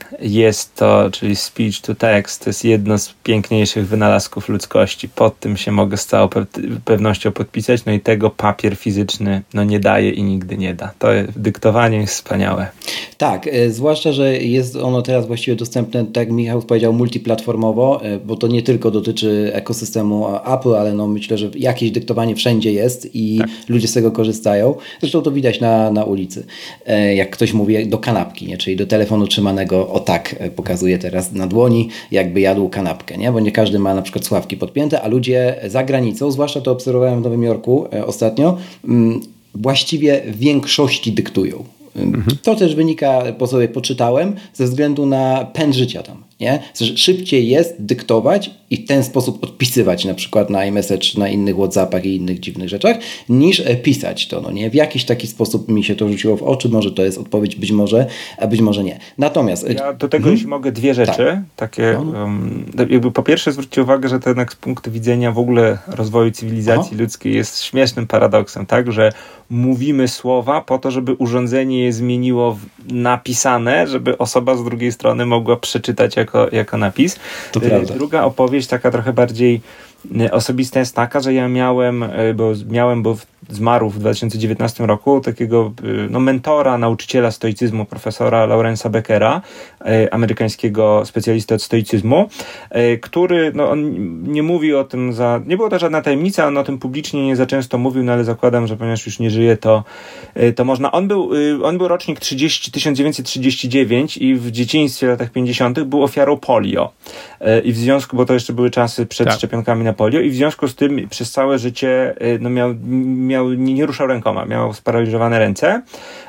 jest to, czyli speech to text, to jest jedno z piękniejszych wynalazków ludzkości. Pod tym się mogę z całą pe- pewnością podpisać. No i tego papier fizyczny no nie daje i nigdy nie da. To dyktowanie jest wspaniałe. Tak, e, zwłaszcza, że jest ono teraz właściwie dostępne, tak jak Michał powiedział, multiplatformowo, e, bo to nie tylko dotyczy ekosystemu Apple, ale no myślę, że jakieś dyktowanie wszędzie jest i tak. Ludzie z tego korzystają. Zresztą to widać na, na ulicy. E, jak ktoś mówi do kanapki, nie? Czyli do telefonu trzymanego o tak pokazuje teraz na dłoni, jakby jadł kanapkę, nie? Bo nie każdy ma na przykład słuchawki podpięte, a ludzie za granicą, zwłaszcza to obserwowałem w Nowym Jorku e, ostatnio, m, właściwie w większości dyktują. Mhm. To też wynika, po sobie poczytałem, ze względu na pęd życia tam. Nie? Szybciej jest dyktować i w ten sposób odpisywać na przykład na iMessage, na innych WhatsAppach i innych dziwnych rzeczach, niż pisać to, no nie? W jakiś taki sposób mi się to rzuciło w oczy, może to jest odpowiedź, być może, a być może nie. Natomiast... Ja do tego, hmm? jeśli mogę, dwie rzeczy. Tak. Takie, um, jakby po pierwsze zwróćcie uwagę, że to jednak z punktu widzenia w ogóle rozwoju cywilizacji Aha. ludzkiej jest śmiesznym paradoksem, tak? Że mówimy słowa po to, żeby urządzenie je zmieniło w napisane, żeby osoba z drugiej strony mogła przeczytać jako, jako napis. To prawda. Druga opowieść, taka trochę bardziej osobista, jest taka, że ja miałem, bo miałem, bo zmarł w dwa tysiące dziewiętnastym roku, takiego no, mentora, nauczyciela stoicyzmu, profesora Laurensa Beckera, amerykańskiego specjalisty od stoicyzmu, który, no on nie mówi o tym za, nie było to żadna tajemnica, on o tym publicznie nie za często mówił, no ale zakładam, że ponieważ już nie żyje, to, to można. On był, on był rocznik tysiąc dziewięćset trzydziesty dziewiąty i w dzieciństwie, w latach pięćdziesiątych był ofiarą polio. I w związku, bo to jeszcze były czasy przed tak. szczepionkami na polio i w związku z tym przez całe życie no miał, miał nie, nie ruszał rękoma, miał sparaliżowane ręce,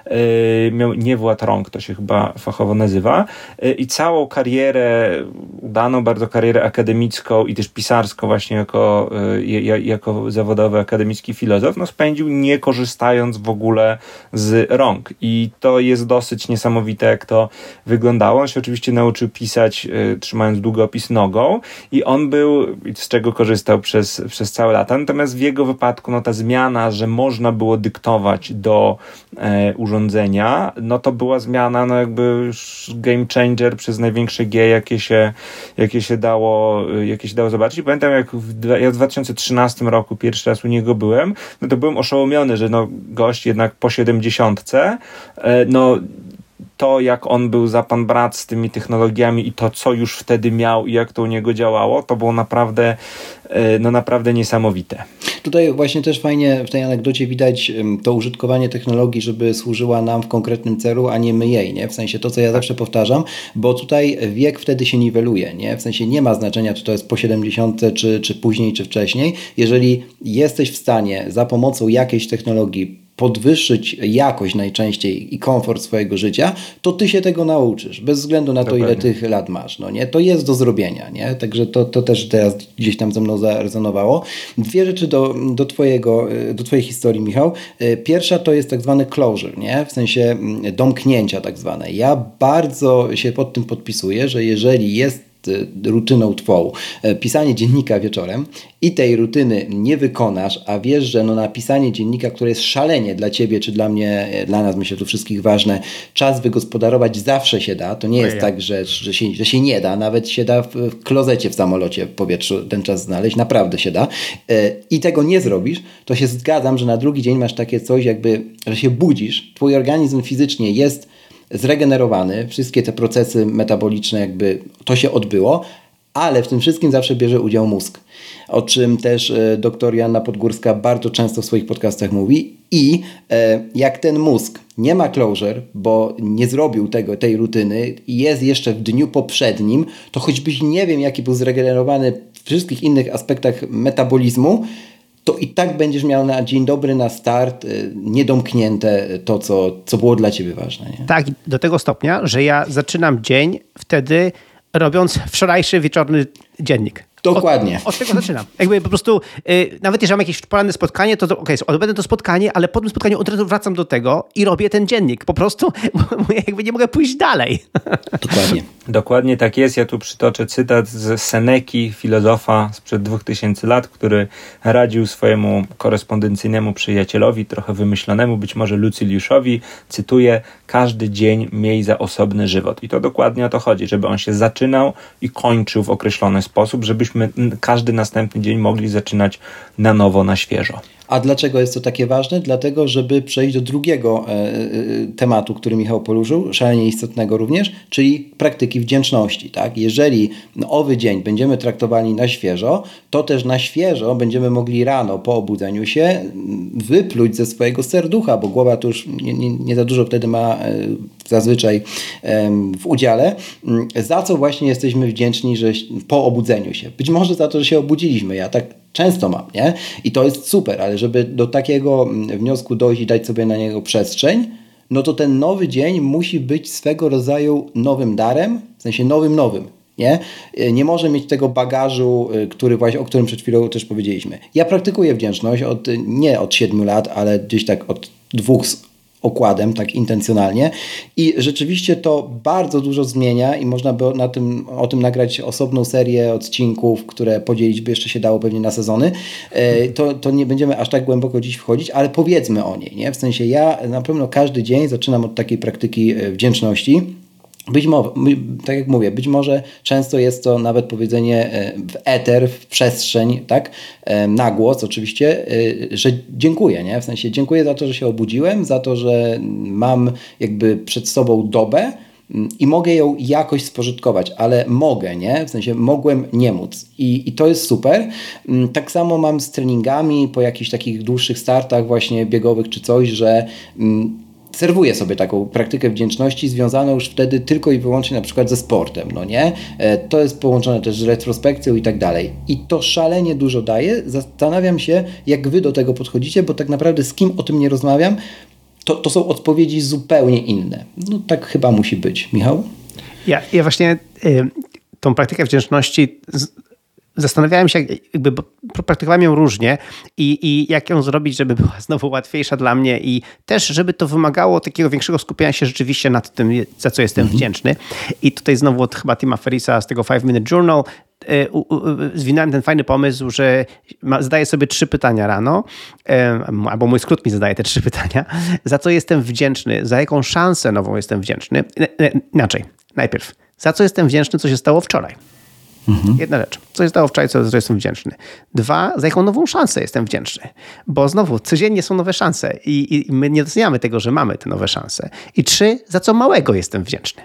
yy, miał niewład rąk, to się chyba fachowo nazywa, yy, i całą karierę, udaną bardzo karierę akademicką i też pisarską właśnie jako, yy, jako zawodowy akademicki filozof, no spędził nie korzystając w ogóle z rąk i to jest dosyć niesamowite, jak to wyglądało. On się oczywiście nauczył pisać yy, trzymając długopis nogą i on był, z czego korzystał przez, przez całe lata, natomiast w jego wypadku no ta zmiana, że można było dyktować do e, urządzenia, no to była zmiana, no jakby już game changer przez największe G, jakie się, jakie się dało, jakie się dało zobaczyć. Pamiętam, jak w, ja w dwa tysiące trzynastym roku pierwszy raz u niego byłem, no to byłem oszołomiony, że no gość jednak po siedemdziesiątce, e, no to, jak on był za pan brat z tymi technologiami i to, co już wtedy miał i jak to u niego działało, to było naprawdę, no naprawdę niesamowite. Tutaj właśnie też fajnie w tej anegdocie widać to użytkowanie technologii, żeby służyła nam w konkretnym celu, a nie my jej, nie? W sensie to, co ja zawsze powtarzam, bo tutaj wiek wtedy się niweluje, nie? W sensie nie ma znaczenia, czy to jest po siedemdziesiątce, czy, czy później, czy wcześniej. Jeżeli jesteś w stanie za pomocą jakiejś technologii podwyższyć jakość najczęściej i komfort swojego życia, to ty się tego nauczysz, bez względu na to, ile tych lat masz, no nie? To jest do zrobienia, nie? Także to, to też teraz gdzieś tam ze mną zarezonowało. Dwie rzeczy do, do twojego, do twojej historii, Michał. Pierwsza to jest tak zwany closure, nie? W sensie domknięcia tak zwane. Ja bardzo się pod tym podpisuję, że jeżeli jest rutyną twą pisanie dziennika wieczorem i tej rutyny nie wykonasz, a wiesz, że no napisanie dziennika, które jest szalenie dla ciebie, czy dla mnie, dla nas, myślę, tu wszystkich ważne, czas wygospodarować zawsze się da. To nie jest tak, że, że, się, że się nie da. Nawet się da w, w klozecie w samolocie w powietrzu ten czas znaleźć. Naprawdę się da. I tego nie zrobisz, to się zgadzam, że na drugi dzień masz takie coś jakby, że się budzisz, twój organizm fizycznie jest zregenerowany, wszystkie te procesy metaboliczne jakby to się odbyło, ale w tym wszystkim zawsze bierze udział mózg, o czym też e, doktor Joanna Podgórska bardzo często w swoich podcastach mówi i e, jak ten mózg nie ma closure, bo nie zrobił tego, tej rutyny i jest jeszcze w dniu poprzednim, to choćbyś nie wiem jaki był zregenerowany w wszystkich innych aspektach metabolizmu, to i tak będziesz miał na dzień dobry, na start niedomknięte to, co, co było dla ciebie ważne. Nie? Tak, do tego stopnia, że ja zaczynam dzień wtedy robiąc wczorajszy wieczorny dziennik. Dokładnie. Od, od tego zaczynam. Jakby po prostu, yy, nawet jeżeli mam jakieś poranne spotkanie, to, to okej, okay, odbędę to spotkanie, ale po tym spotkaniu od razu wracam do tego i robię ten dziennik. Po prostu bo jakby nie mogę pójść dalej. Dokładnie. Dokładnie tak jest. Ja tu przytoczę cytat z Seneki, filozofa sprzed dwóch tysięcy lat, który radził swojemu korespondencyjnemu przyjacielowi, trochę wymyślonemu, być może Lucyliuszowi, cytuję: każdy dzień miej za osobny żywot. I to dokładnie o to chodzi, żeby on się zaczynał i kończył w określony sposób, żebyśmy każdy następny dzień mogli zaczynać na nowo, na świeżo. A dlaczego jest to takie ważne? Dlatego, żeby przejść do drugiego e, e, tematu, który Michał poruszył, szalenie istotnego również, czyli praktyki wdzięczności. Tak? Jeżeli owy dzień będziemy traktowali na świeżo, to też na świeżo będziemy mogli rano po obudzeniu się wypluć ze swojego serducha, bo głowa to już nie, nie, nie za dużo wtedy ma e, zazwyczaj e, w udziale, za co właśnie jesteśmy wdzięczni, że po obudzeniu się. Być może za to, że się obudziliśmy. Ja tak często mam, nie? I to jest super, ale żeby do takiego wniosku dojść i dać sobie na niego przestrzeń, no to ten nowy dzień musi być swego rodzaju nowym darem, w sensie nowym, nowym. nie? Nie może mieć tego bagażu, który właśnie, o którym przed chwilą też powiedzieliśmy. Ja praktykuję wdzięczność od, nie od siedmiu lat, ale gdzieś tak od dwóch z okładem, tak intencjonalnie i rzeczywiście to bardzo dużo zmienia i można by na tym, o tym nagrać osobną serię odcinków, które podzielić by jeszcze się dało pewnie na sezony. To, to nie będziemy aż tak głęboko dziś wchodzić, ale powiedzmy o niej, nie? W sensie ja na pewno każdy dzień zaczynam od takiej praktyki wdzięczności. Być może, tak jak mówię, być może często jest to nawet powiedzenie w eter, w przestrzeń, tak, na głos oczywiście, że dziękuję, nie? W sensie dziękuję za to, że się obudziłem, za to, że mam jakby przed sobą dobę i mogę ją jakoś spożytkować, ale mogę, nie? W sensie mogłem nie móc i, i to jest super. Tak samo mam z treningami po jakichś takich dłuższych startach właśnie biegowych czy coś, że serwuję sobie taką praktykę wdzięczności związaną już wtedy tylko i wyłącznie na przykład ze sportem, no nie? To jest połączone też z retrospekcją i tak dalej. I to szalenie dużo daje. Zastanawiam się, jak wy do tego podchodzicie, bo tak naprawdę z kim o tym nie rozmawiam, to, to są odpowiedzi zupełnie inne. No tak chyba musi być. Michał? Ja, ja właśnie y, tą praktykę wdzięczności z, zastanawiałem się, jakby praktykowałem ją różnie i, i jak ją zrobić, żeby była znowu łatwiejsza dla mnie i też, żeby to wymagało takiego większego skupienia się rzeczywiście nad tym, za co jestem mhm. wdzięczny. I tutaj znowu od chyba Tima Ferrissa z tego Five Minute Journal y, u, u, zwinąłem ten fajny pomysł, że ma, zadaję sobie trzy pytania rano, y, albo mój skrót mi zadaje te trzy pytania, za co jestem wdzięczny, za jaką szansę nową jestem wdzięczny. Y, y, inaczej, najpierw, za co jestem wdzięczny, co się stało wczoraj. Mhm. Jedna rzecz. Co się stało wczoraj, co, co jestem wdzięczny. Dwa, za jaką nową szansę jestem wdzięczny. Bo znowu, codziennie są nowe szanse i, i my nie doceniamy tego, że mamy te nowe szanse. I trzy, za co małego jestem wdzięczny.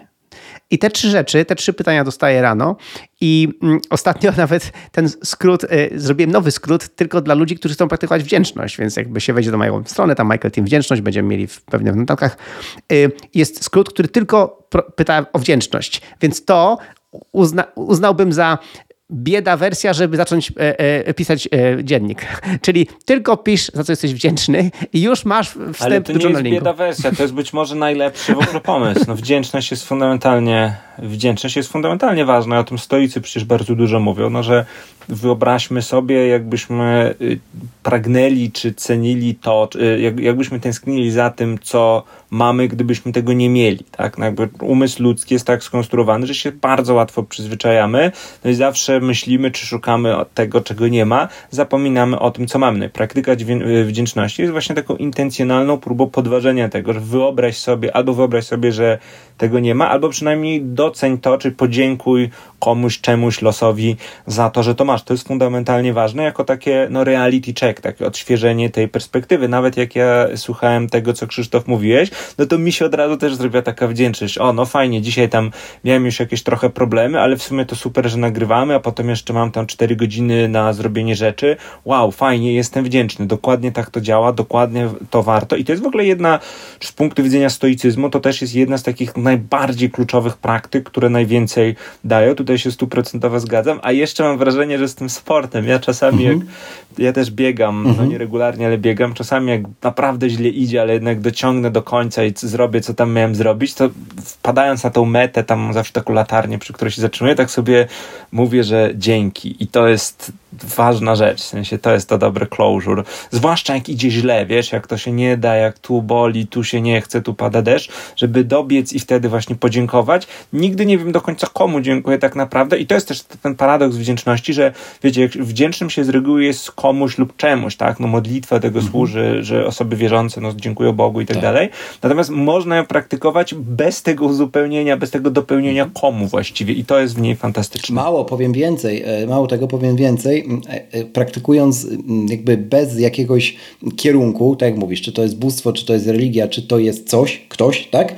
I te trzy rzeczy, te trzy pytania dostaję rano i mm, ostatnio nawet ten skrót, y, zrobiłem nowy skrót tylko dla ludzi, którzy chcą praktykować wdzięczność, więc jakby się wejdzie do mojej strony, tam Michael Team Wdzięczność, będziemy mieli w, pewnie w notatkach, y, jest skrót, który tylko pro, pyta o wdzięczność, więc to uzna, uznałbym za bieda wersja, żeby zacząć e, e, pisać e, dziennik. Czyli tylko pisz, za co jesteś wdzięczny i już masz wstęp Ale to do nie journalingu. jest bieda wersja, to jest być może najlepszy w ogóle pomysł. No, wdzięczność jest fundamentalnie wdzięczność jest fundamentalnie ważna i o tym stoicy przecież bardzo dużo mówią, no, że wyobraźmy sobie, jakbyśmy pragnęli czy cenili to, jak, jakbyśmy tęsknili za tym, co mamy, gdybyśmy tego nie mieli. Tak? No jakby umysł ludzki jest tak skonstruowany, że się bardzo łatwo przyzwyczajamy, no i zawsze myślimy, czy szukamy tego, czego nie ma, zapominamy o tym, co mamy. Praktyka wdzięczności jest właśnie taką intencjonalną próbą podważenia tego, że wyobraź sobie, albo wyobraź sobie, że tego nie ma, albo przynajmniej doceń to, czy podziękuj komuś, czemuś, losowi za to, że to masz. To jest fundamentalnie ważne, jako takie no, reality check, takie odświeżenie tej perspektywy. Nawet jak ja słuchałem tego, co Krzysztof mówiłeś, no to mi się od razu też zrobiła taka wdzięczność. O, no fajnie, dzisiaj tam miałem już jakieś trochę problemy, ale w sumie to super, że nagrywamy, a potem jeszcze mam tam cztery godziny na zrobienie rzeczy. Wow, fajnie, jestem wdzięczny. Dokładnie tak to działa, dokładnie to warto. I to jest w ogóle jedna, z punktu widzenia stoicyzmu, to też jest jedna z takich najbardziej kluczowych praktyk, które najwięcej dają. Tutaj się stuprocentowo zgadzam, a jeszcze mam wrażenie, że z tym sportem, ja czasami mhm. jak, ja też biegam, mhm. no nie regularnie, ale biegam, czasami jak naprawdę źle idzie, ale jednak dociągnę do końca i zrobię, co tam miałem zrobić, to wpadając na tą metę, tam mam zawsze taką latarnię, przy której się zatrzymuję, tak sobie mówię, że dzięki i to jest ważna rzecz, w sensie to jest to dobre closure, zwłaszcza jak idzie źle, wiesz, jak to się nie da, jak tu boli, tu się nie chce, tu pada deszcz, żeby dobiec i wtedy właśnie podziękować. Nigdy nie wiem do końca komu dziękuję tak naprawdę i to jest też ten paradoks wdzięczności, że wiecie, jak wdzięcznym się z reguły jest komuś lub czemuś, tak, no modlitwa tego mhm. służy, że osoby wierzące, no dziękują Bogu i tak, tak dalej, natomiast można ją praktykować bez tego uzupełnienia, bez tego dopełnienia komu właściwie i to jest w niej fantastyczne. Mało powiem więcej, mało tego powiem więcej, praktykując jakby bez jakiegoś kierunku, tak jak mówisz, czy to jest bóstwo, czy to jest religia, czy to jest coś, ktoś, tak,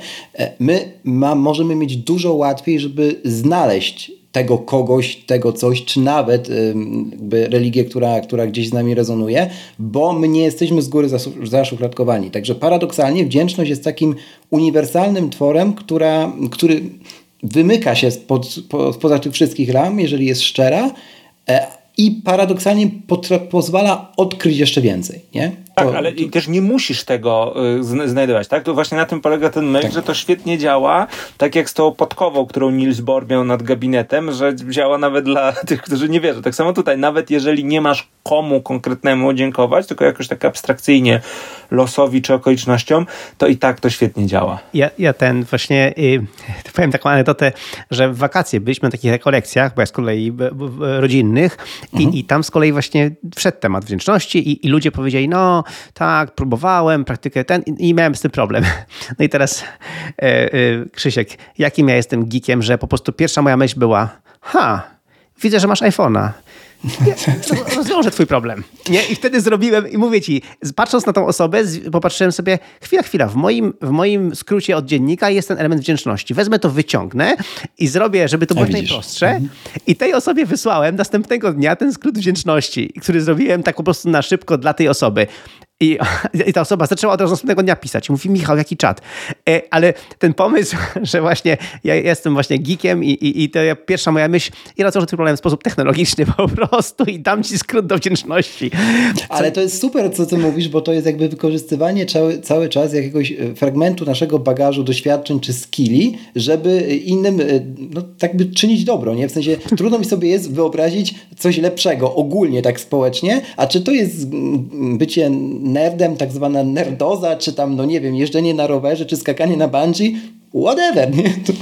my ma, możemy mieć dużo łatwiej, żeby znaleźć tego kogoś, tego coś, czy nawet jakby religię, która, która gdzieś z nami rezonuje, bo my nie jesteśmy z góry zaszufladkowani. Także paradoksalnie wdzięczność jest takim uniwersalnym tworem, która, który wymyka się spod, po, spoza tych wszystkich ram, jeżeli jest szczera, e, i paradoksalnie potra- pozwala odkryć jeszcze więcej, nie? Tak, to, ale to... też nie musisz tego y, znajdować, tak? To właśnie na tym polega ten myk, tak. Że to świetnie działa, tak jak z tą podkową, którą Niels Bohr miał nad gabinetem, że działa nawet dla tych, którzy nie wierzą. Tak samo tutaj, nawet jeżeli nie masz komu konkretnemu dziękować, tylko jakoś tak abstrakcyjnie losowi czy okolicznościom, to i tak to świetnie działa. Ja, ja ten właśnie, y, powiem taką anegdotę, że w wakacje byliśmy na takich rekolekcjach, bo ja z kolei b, b, rodzinnych mhm. i, i tam z kolei właśnie wszedł temat wdzięczności i, i ludzie powiedzieli, no tak, próbowałem, praktykę ten i, i miałem z tym problem. No i teraz y, y, Krzysiek, jakim ja jestem geekiem, że po prostu pierwsza moja myśl była, ha, widzę, że masz iPhone'a. Rozwiążę twój problem. Nie? I wtedy zrobiłem i mówię ci, patrząc na tą osobę, popatrzyłem sobie, chwila, chwila, w moim, w moim skrócie od dziennika jest ten element wdzięczności. Wezmę to, wyciągnę i zrobię, żeby to było najprostsze. Mhm. I tej osobie wysłałem następnego dnia ten skrót wdzięczności, który zrobiłem tak po prostu na szybko dla tej osoby. I, I ta osoba zaczęła od razu następnego dnia pisać. Mówi, Michał, jaki czat. E, ale ten pomysł, że właśnie ja jestem właśnie geekiem i, i, i to ja, pierwsza moja myśl, ja rozwiążę ten problem w sposób technologiczny po prostu i dam ci skrót do wdzięczności. Co... Ale to jest super, co ty mówisz, bo to jest jakby wykorzystywanie cały, cały czas jakiegoś fragmentu naszego bagażu, doświadczeń czy skilli, żeby innym no, tak by czynić dobro, nie? W sensie trudno mi sobie jest wyobrazić coś lepszego ogólnie tak społecznie, a czy to jest bycie nerdem, tak zwana nerdoza, czy tam, no nie wiem, jeżdżenie na rowerze, czy skakanie na bungee, whatever, nie? To...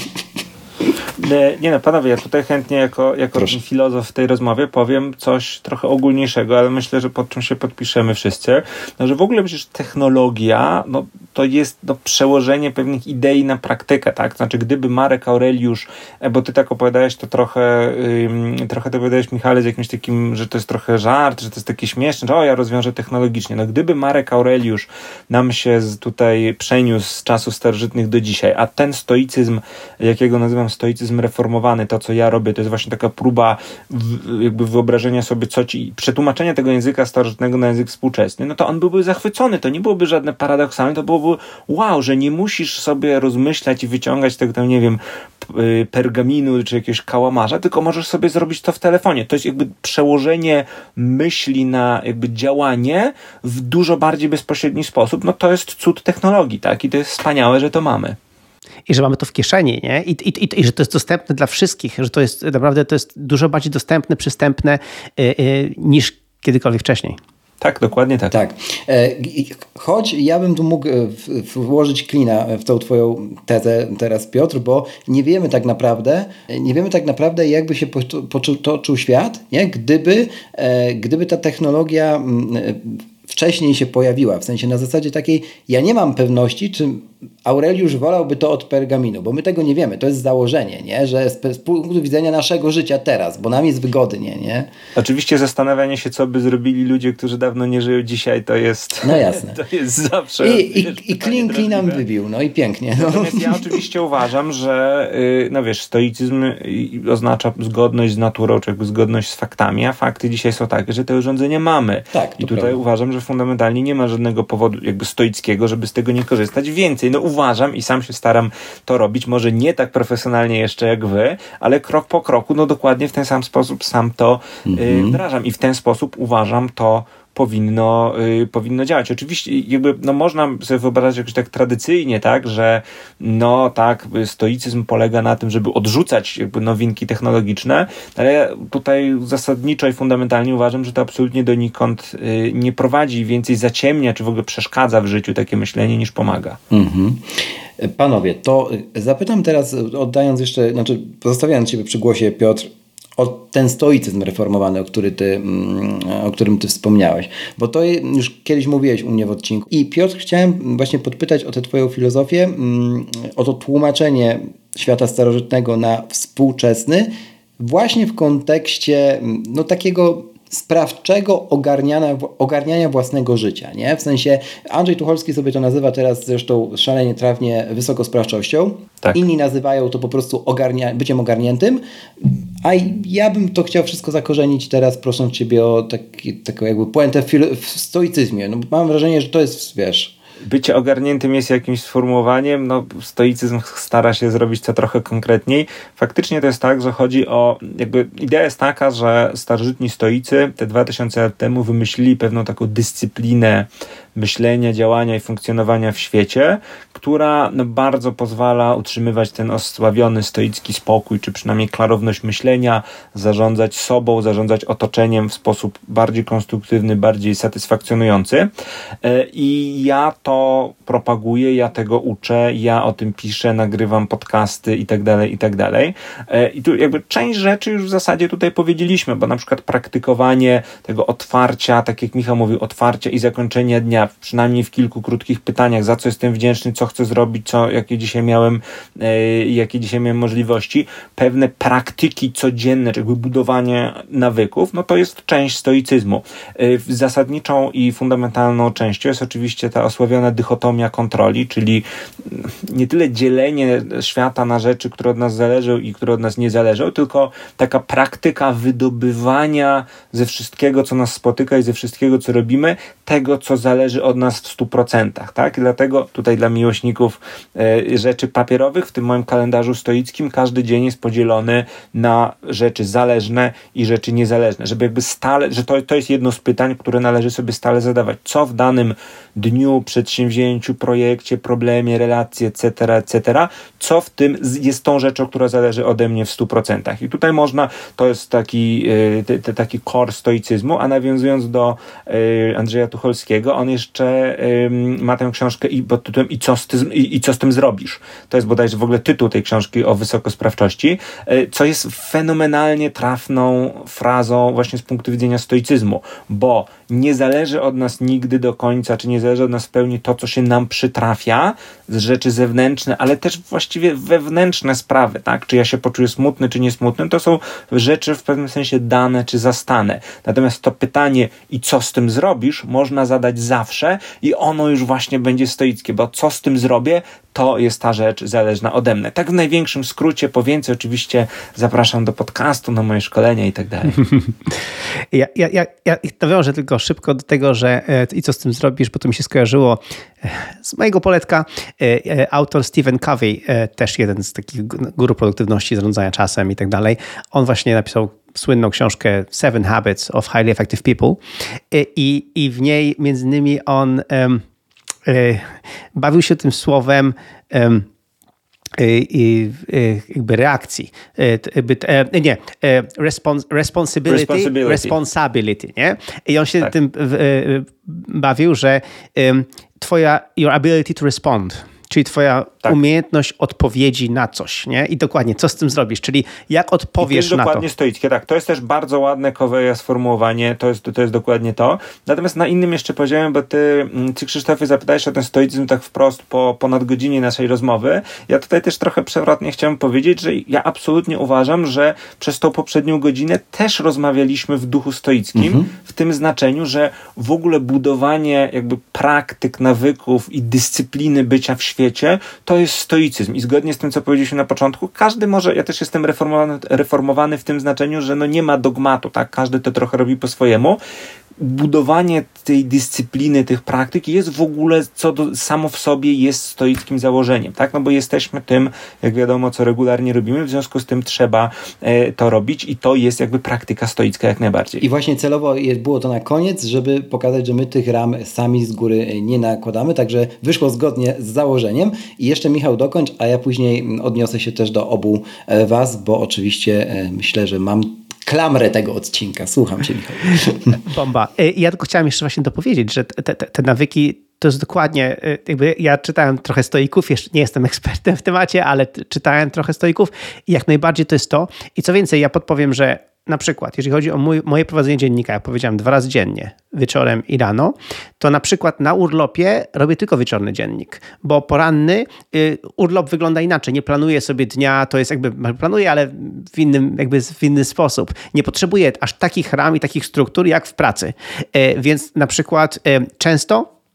Nie no, panowie, ja tutaj chętnie jako, jako filozof w tej rozmowie powiem coś trochę ogólniejszego, ale myślę, że pod czym się podpiszemy wszyscy, no, że w ogóle przecież technologia, no, to jest no, przełożenie pewnych idei na praktykę, tak? Znaczy, gdyby Marek Aureliusz, bo ty tak opowiadałeś to trochę, ym, trochę to opowiadałeś, Michale, z jakimś takim, że to jest trochę żart, że to jest takie śmieszne, że o, ja rozwiążę technologicznie. No, gdyby Marek Aureliusz nam się tutaj przeniósł z czasów starożytnych do dzisiaj, a ten stoicyzm, jakiego nazywam stoicyzm reformowany, to co ja robię, to jest właśnie taka próba w, jakby wyobrażenia sobie, co ci, przetłumaczenia tego języka starożytnego na język współczesny, no to on byłby zachwycony, to nie byłoby żadne paradoksalne, to byłoby wow, że nie musisz sobie rozmyślać i wyciągać tego tam, nie wiem, pergaminu czy jakiegoś kałamarza, tylko możesz sobie zrobić to w telefonie. To jest jakby przełożenie myśli na jakby działanie w dużo bardziej bezpośredni sposób. No to jest cud technologii, tak? I to jest wspaniałe, że to mamy. I że mamy to w kieszeni, nie? I, i, i, i że to jest dostępne dla wszystkich, że to jest naprawdę to jest dużo bardziej dostępne, przystępne yy, yy, niż kiedykolwiek wcześniej. Tak, dokładnie tak. Tak. Choć ja bym tu mógł włożyć klina w tą twoją tezę teraz, Piotr, bo nie wiemy tak naprawdę, nie wiemy tak naprawdę, jakby się potoczył świat, nie? Gdyby, gdyby ta technologia wcześniej się pojawiła. W sensie na zasadzie takiej, ja nie mam pewności, czy Aureliusz wolałby to od pergaminu, bo my tego nie wiemy. To jest założenie, nie? Że z, z punktu widzenia naszego życia teraz, bo nam jest wygodnie, nie? Oczywiście zastanawianie się, co by zrobili ludzie, którzy dawno nie żyją dzisiaj, to jest... No jasne. To jest zawsze... I, i, i klin klinem wybił, no i pięknie. No. Natomiast ja oczywiście uważam, że no wiesz, stoicyzm oznacza zgodność z naturą, czy jakby zgodność z faktami, a fakty dzisiaj są takie, że te urządzenia mamy. Tak, I tutaj prawda. uważam, że fundamentalnie nie ma żadnego powodu jakby stoickiego, żeby z tego nie korzystać. Więcej, no uważam i sam się staram to robić, może nie tak profesjonalnie jeszcze jak wy, ale krok po kroku, no dokładnie w ten sam sposób sam to mm-hmm. y, wdrażam i w ten sposób uważam to powinno, y, powinno działać. Oczywiście jakby, no można sobie wyobrazić jakoś tak tradycyjnie, tak, że no tak, stoicyzm polega na tym, żeby odrzucać jakby nowinki technologiczne, ale ja tutaj zasadniczo i fundamentalnie uważam, że to absolutnie donikąd y, nie prowadzi, więcej zaciemnia, czy w ogóle przeszkadza w życiu takie myślenie, niż pomaga. Mhm. Panowie, to zapytam teraz, oddając jeszcze, znaczy pozostawiając Ciebie przy głosie, Piotr, o ten stoicyzm reformowany, o, który ty, o którym ty wspomniałeś. Bo to już kiedyś mówiłeś u mnie w odcinku. I Piotr, chciałem właśnie podpytać o tę twoją filozofię, o to tłumaczenie świata starożytnego na współczesny, właśnie w kontekście no, takiego sprawczego ogarniania, ogarniania własnego życia, nie? W sensie Andrzej Tucholsky sobie to nazywa teraz zresztą szalenie trafnie wysokosprawczością. Tak. Inni nazywają to po prostu ogarnia, byciem ogarniętym, a ja bym to chciał wszystko zakorzenić teraz, prosząc Ciebie o taki, taką jakby puentę w, w stoicyzmie. No, mam wrażenie, że to jest, wiesz... bycie ogarniętym jest jakimś sformułowaniem, no stoicyzm stara się zrobić to trochę konkretniej. Faktycznie to jest tak, że chodzi o, jakby idea jest taka, że starożytni stoicy te dwa tysiące lat temu wymyślili pewną taką dyscyplinę myślenia, działania i funkcjonowania w świecie, która no, bardzo pozwala utrzymywać ten osławiony stoicki spokój, czy przynajmniej klarowność myślenia, zarządzać sobą, zarządzać otoczeniem w sposób bardziej konstruktywny, bardziej satysfakcjonujący. I ja to propaguję, ja tego uczę, ja o tym piszę, nagrywam podcasty i tak dalej, i tak dalej. I tu jakby część rzeczy już w zasadzie tutaj powiedzieliśmy, bo na przykład praktykowanie tego otwarcia, tak jak Michał mówił, otwarcia i zakończenia dnia, przynajmniej w kilku krótkich pytaniach, za co jestem wdzięczny, co chcę zrobić, co, jakie dzisiaj miałem, e, jakie dzisiaj miałem możliwości, pewne praktyki codzienne, czy jakby budowanie nawyków, no to jest część stoicyzmu. E, zasadniczą i fundamentalną częścią jest oczywiście ta osławiona dychotomia kontroli, czyli nie tyle dzielenie świata na rzeczy, które od nas zależą i które od nas nie zależą, tylko taka praktyka wydobywania ze wszystkiego, co nas spotyka i ze wszystkiego, co robimy, tego, co zależy od nas w stu procentach, tak? I dlatego tutaj dla miłośników e, rzeczy papierowych w tym moim kalendarzu stoickim każdy dzień jest podzielony na rzeczy zależne i rzeczy niezależne, żeby jakby stale, że to, to jest jedno z pytań, które należy sobie stale zadawać. Co w danym dniu, przedsięwzięciu, projekcie, problemie, relacji, et cetera, et cetera, co w tym jest tą rzeczą, która zależy ode mnie w stu procentach. I tutaj można, to jest taki, te, te, taki core stoicyzmu, a nawiązując do y, Andrzeja Tucholskiego, on jeszcze y, ma tę książkę i pod tytułem I co, z tym, i, i co z tym zrobisz? To jest bodajże w ogóle tytuł tej książki o wysokosprawczości, y, co jest fenomenalnie trafną frazą właśnie z punktu widzenia stoicyzmu, bo nie zależy od nas nigdy do końca, czy nie zależy od nas w pełni to, co się nam przytrafia, z rzeczy zewnętrzne, ale też właściwie wewnętrzne sprawy, tak? Czy ja się poczuję smutny, czy nie smutny, to są rzeczy w pewnym sensie dane, czy zastane. Natomiast to pytanie, i co z tym zrobisz, można zadać zawsze i ono już właśnie będzie stoickie, bo co z tym zrobię, to jest ta rzecz zależna ode mnie. Tak w największym skrócie, po więcej oczywiście zapraszam do podcastu, na moje szkolenia i tak dalej. Ja, ja, ja, ja nawiążę tylko szybko do tego, że e, i co z tym zrobisz, bo to mi się skojarzyło e, z mojego poletka. E, e, autor Stephen Covey, e, też jeden z takich guru produktywności, zarządzania czasem i tak dalej. On właśnie napisał słynną książkę Seven Habits of Highly Effective People e, i, i w niej między innymi on e, e, bawił się tym słowem e, I, i jakby reakcji. Nie, respons, responsibility, responsibility, responsibility, nie? I on się tak. tym bawił, że twoja your ability to respond, czyli twoja tak. umiejętność odpowiedzi na coś, nie? I dokładnie, co z tym zrobisz, czyli jak odpowiesz na to. To jest dokładnie stoickie, tak. To jest też bardzo ładne Coveya sformułowanie, to jest, to jest dokładnie to. Natomiast na innym jeszcze poziomie, bo ty, ty Krzysztofie, zapytałeś o ten stoicyzm tak wprost po ponad godzinie naszej rozmowy. Ja tutaj też trochę przewrotnie chciałem powiedzieć, że ja absolutnie uważam, że przez tą poprzednią godzinę też rozmawialiśmy w duchu stoickim, mhm. w tym znaczeniu, że w ogóle budowanie jakby praktyk, nawyków i dyscypliny bycia w świecie, to jest stoicyzm. I zgodnie z tym, co powiedzieliśmy na początku, każdy może, ja też jestem reformowany, reformowany w tym znaczeniu, że no nie ma dogmatu, tak? Każdy to trochę robi po swojemu. Budowanie tej dyscypliny, tych praktyk jest w ogóle, co do, samo w sobie jest stoickim założeniem, tak? No bo jesteśmy tym, jak wiadomo, co regularnie robimy, w związku z tym trzeba e, to robić i to jest jakby praktyka stoicka jak najbardziej. I właśnie celowo było to na koniec, żeby pokazać, że my tych ram sami z góry nie nakładamy, także wyszło zgodnie z założeniem. I jeszcze Michał dokończ, a ja później odniosę się też do obu was, bo oczywiście e, myślę, że mam klamrę tego odcinka. Słucham cię, Michał. Bomba. Ja tylko chciałem jeszcze właśnie dopowiedzieć, że te, te, te nawyki to jest dokładnie, jakby ja czytałem trochę stoików, jeszcze nie jestem ekspertem w temacie, ale czytałem trochę stoików i jak najbardziej to jest to. I co więcej, ja podpowiem, że na przykład, jeżeli chodzi o mój, moje prowadzenie dziennika, jak powiedziałem, dwa razy dziennie, wieczorem i rano, to na przykład na urlopie robię tylko wieczorny dziennik, bo poranny y, urlop wygląda inaczej. Nie planuję sobie dnia, to jest jakby, planuję, ale w innym, jakby w inny sposób. Nie potrzebuję aż takich ram i takich struktur jak w pracy. Y, więc na przykład y, często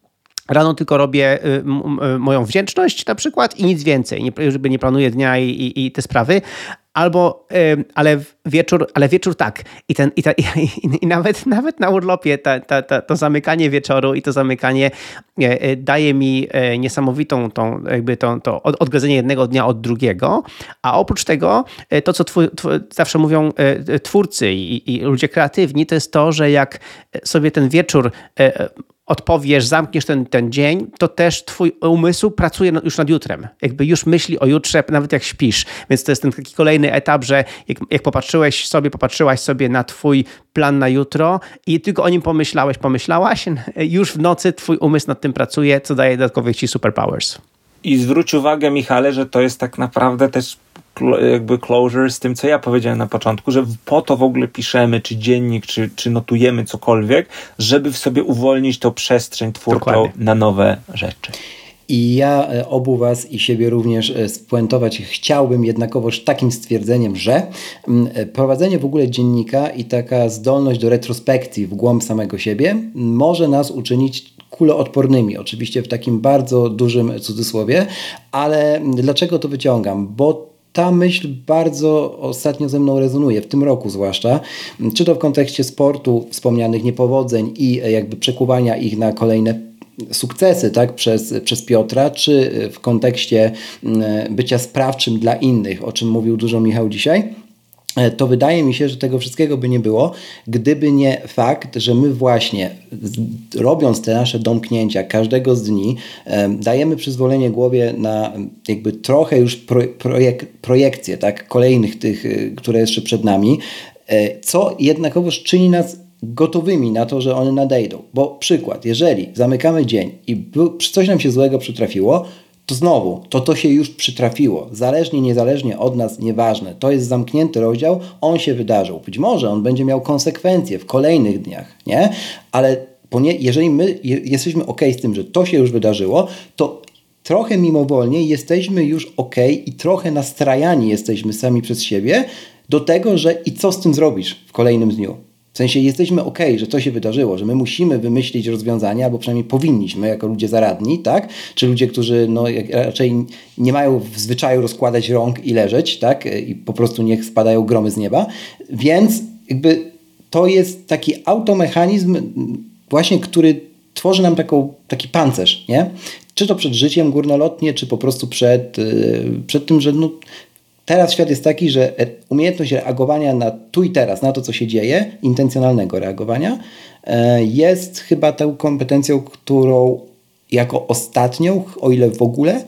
Rano tylko robię y, m, y, moją wdzięczność na przykład i nic więcej, nie, żeby nie planuję dnia i, i, i te sprawy. Albo, y, ale wieczór, ale wieczór tak. I, ten, i, ta, i, i nawet, nawet na urlopie ta, ta, ta, to zamykanie wieczoru i to zamykanie y, y, daje mi y, niesamowitą tą, jakby to, to odgrodzenie jednego dnia od drugiego. A oprócz tego y, to, co twój, twój, zawsze mówią y, twórcy i, i ludzie kreatywni, to jest to, że jak sobie ten wieczór y, odpowiesz, zamkniesz ten, ten dzień, to też twój umysł pracuje już nad jutrem. Jakby już myśli o jutrze, nawet jak śpisz. Więc to jest ten taki kolejny etap, że jak, jak popatrzyłeś sobie, popatrzyłaś sobie na twój plan na jutro i tylko o nim pomyślałeś, pomyślałaś, już w nocy twój umysł nad tym pracuje, co daje dodatkowych ci superpowers. I zwróć uwagę, Michale, że to jest tak naprawdę też jakby closure z tym, co ja powiedziałem na początku, że po to w ogóle piszemy, czy dziennik, czy, czy notujemy cokolwiek, żeby w sobie uwolnić tą przestrzeń twórczą Dokładnie. Na nowe rzeczy. I ja obu was i siebie również spuentować chciałbym jednakowoż takim stwierdzeniem, że prowadzenie w ogóle dziennika i taka zdolność do retrospekcji w głąb samego siebie może nas uczynić kuloodpornymi, oczywiście w takim bardzo dużym cudzysłowie, ale dlaczego to wyciągam? Bo ta myśl bardzo ostatnio ze mną rezonuje, w tym roku zwłaszcza, czy to w kontekście sportu, wspomnianych niepowodzeń i jakby przekuwania ich na kolejne sukcesy, tak, przez, przez Piotra, czy w kontekście bycia sprawczym dla innych, o czym mówił dużo Michał dzisiaj. To wydaje mi się, że tego wszystkiego by nie było, gdyby nie fakt, że my właśnie robiąc te nasze domknięcia każdego z dni, dajemy przyzwolenie głowie na jakby trochę już projek- projekcje, tak, kolejnych tych, które jeszcze przed nami, co jednakowoż czyni nas gotowymi na to, że one nadejdą. Bo przykład, jeżeli zamykamy dzień i coś nam się złego przytrafiło, to znowu, to to się już przytrafiło. Zależnie, niezależnie od nas, nieważne. To jest zamknięty rozdział, on się wydarzył. Być może on będzie miał konsekwencje w kolejnych dniach, nie? Ale jeżeli my jesteśmy ok z tym, że to się już wydarzyło, to trochę mimowolnie jesteśmy już ok i trochę nastrajani jesteśmy sami przez siebie do tego, że i co z tym zrobisz w kolejnym dniu. W sensie jesteśmy okej, okay, że to się wydarzyło, że my musimy wymyślić rozwiązania, albo przynajmniej powinniśmy jako ludzie zaradni, tak? Czy ludzie, którzy no, raczej nie mają w zwyczaju rozkładać rąk i leżeć, tak? I po prostu niech spadają gromy z nieba. Więc jakby to jest taki automechanizm właśnie, który tworzy nam taką, taki pancerz, nie? Czy to przed życiem górnolotnie, czy po prostu przed, przed tym, że no, teraz świat jest taki, że umiejętność reagowania na tu i teraz, na to, co się dzieje, intencjonalnego reagowania, jest chyba tą kompetencją, którą jako ostatnią, o ile w ogóle,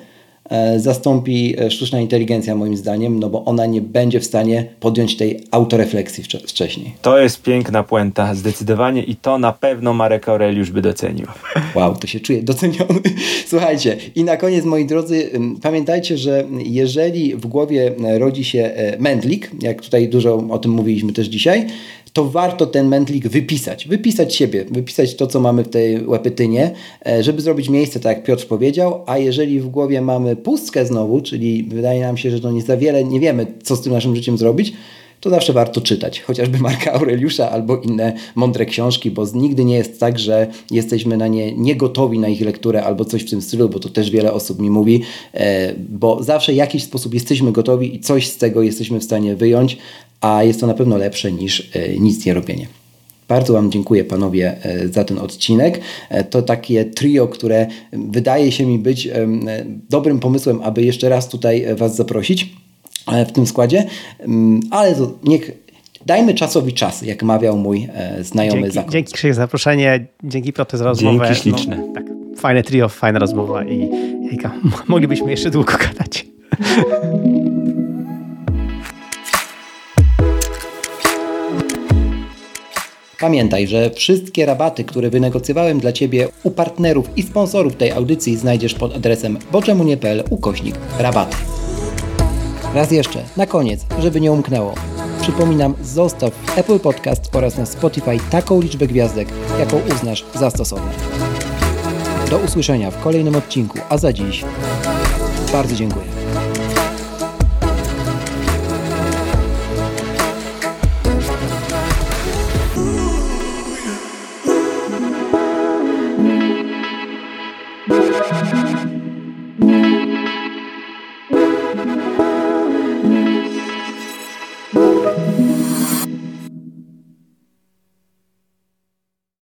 zastąpi sztuczna inteligencja moim zdaniem, no bo ona nie będzie w stanie podjąć tej autorefleksji wcześniej. To jest piękna puenta, zdecydowanie, i to na pewno Marek Aureliusz by docenił. Wow, to się czuję doceniony. Słuchajcie, i na koniec, moi drodzy, pamiętajcie, że jeżeli w głowie rodzi się mętlik, jak tutaj dużo o tym mówiliśmy też dzisiaj, to warto ten mętlik wypisać. Wypisać siebie, wypisać to, co mamy w tej łepetynie, żeby zrobić miejsce, tak jak Piotr powiedział, a jeżeli w głowie mamy pustkę znowu, czyli wydaje nam się, że to nie za wiele, nie wiemy, co z tym naszym życiem zrobić, to zawsze warto czytać, chociażby Marka Aureliusza albo inne mądre książki, bo nigdy nie jest tak, że jesteśmy na nie niegotowi na ich lekturę albo coś w tym stylu, bo to też wiele osób mi mówi, bo zawsze w jakiś sposób jesteśmy gotowi i coś z tego jesteśmy w stanie wyjąć, a jest to na pewno lepsze niż nic nie robienie. Bardzo Wam dziękuję, panowie, za ten odcinek. To takie trio, które wydaje się mi być dobrym pomysłem, aby jeszcze raz tutaj Was zaprosić w tym składzie, ale to niech dajmy czasowi czas, jak mawiał mój znajomy dzięki, zakon. Dzięki Krzysiek za zaproszenie, dzięki Piotr za rozmowę. Dzięki śliczne. No, tak, fajne trio, fajna rozmowa i jejka, moglibyśmy jeszcze długo gadać. Pamiętaj, że wszystkie rabaty, które wynegocjowałem dla Ciebie u partnerów i sponsorów tej audycji, znajdziesz pod adresem boczemunie.pl ukośnik rabaty. Raz jeszcze, na koniec, żeby nie umknęło. Przypominam, zostaw w Apple Podcast oraz na Spotify taką liczbę gwiazdek, jaką uznasz za stosowne. Do usłyszenia w kolejnym odcinku, a za dziś bardzo dziękuję.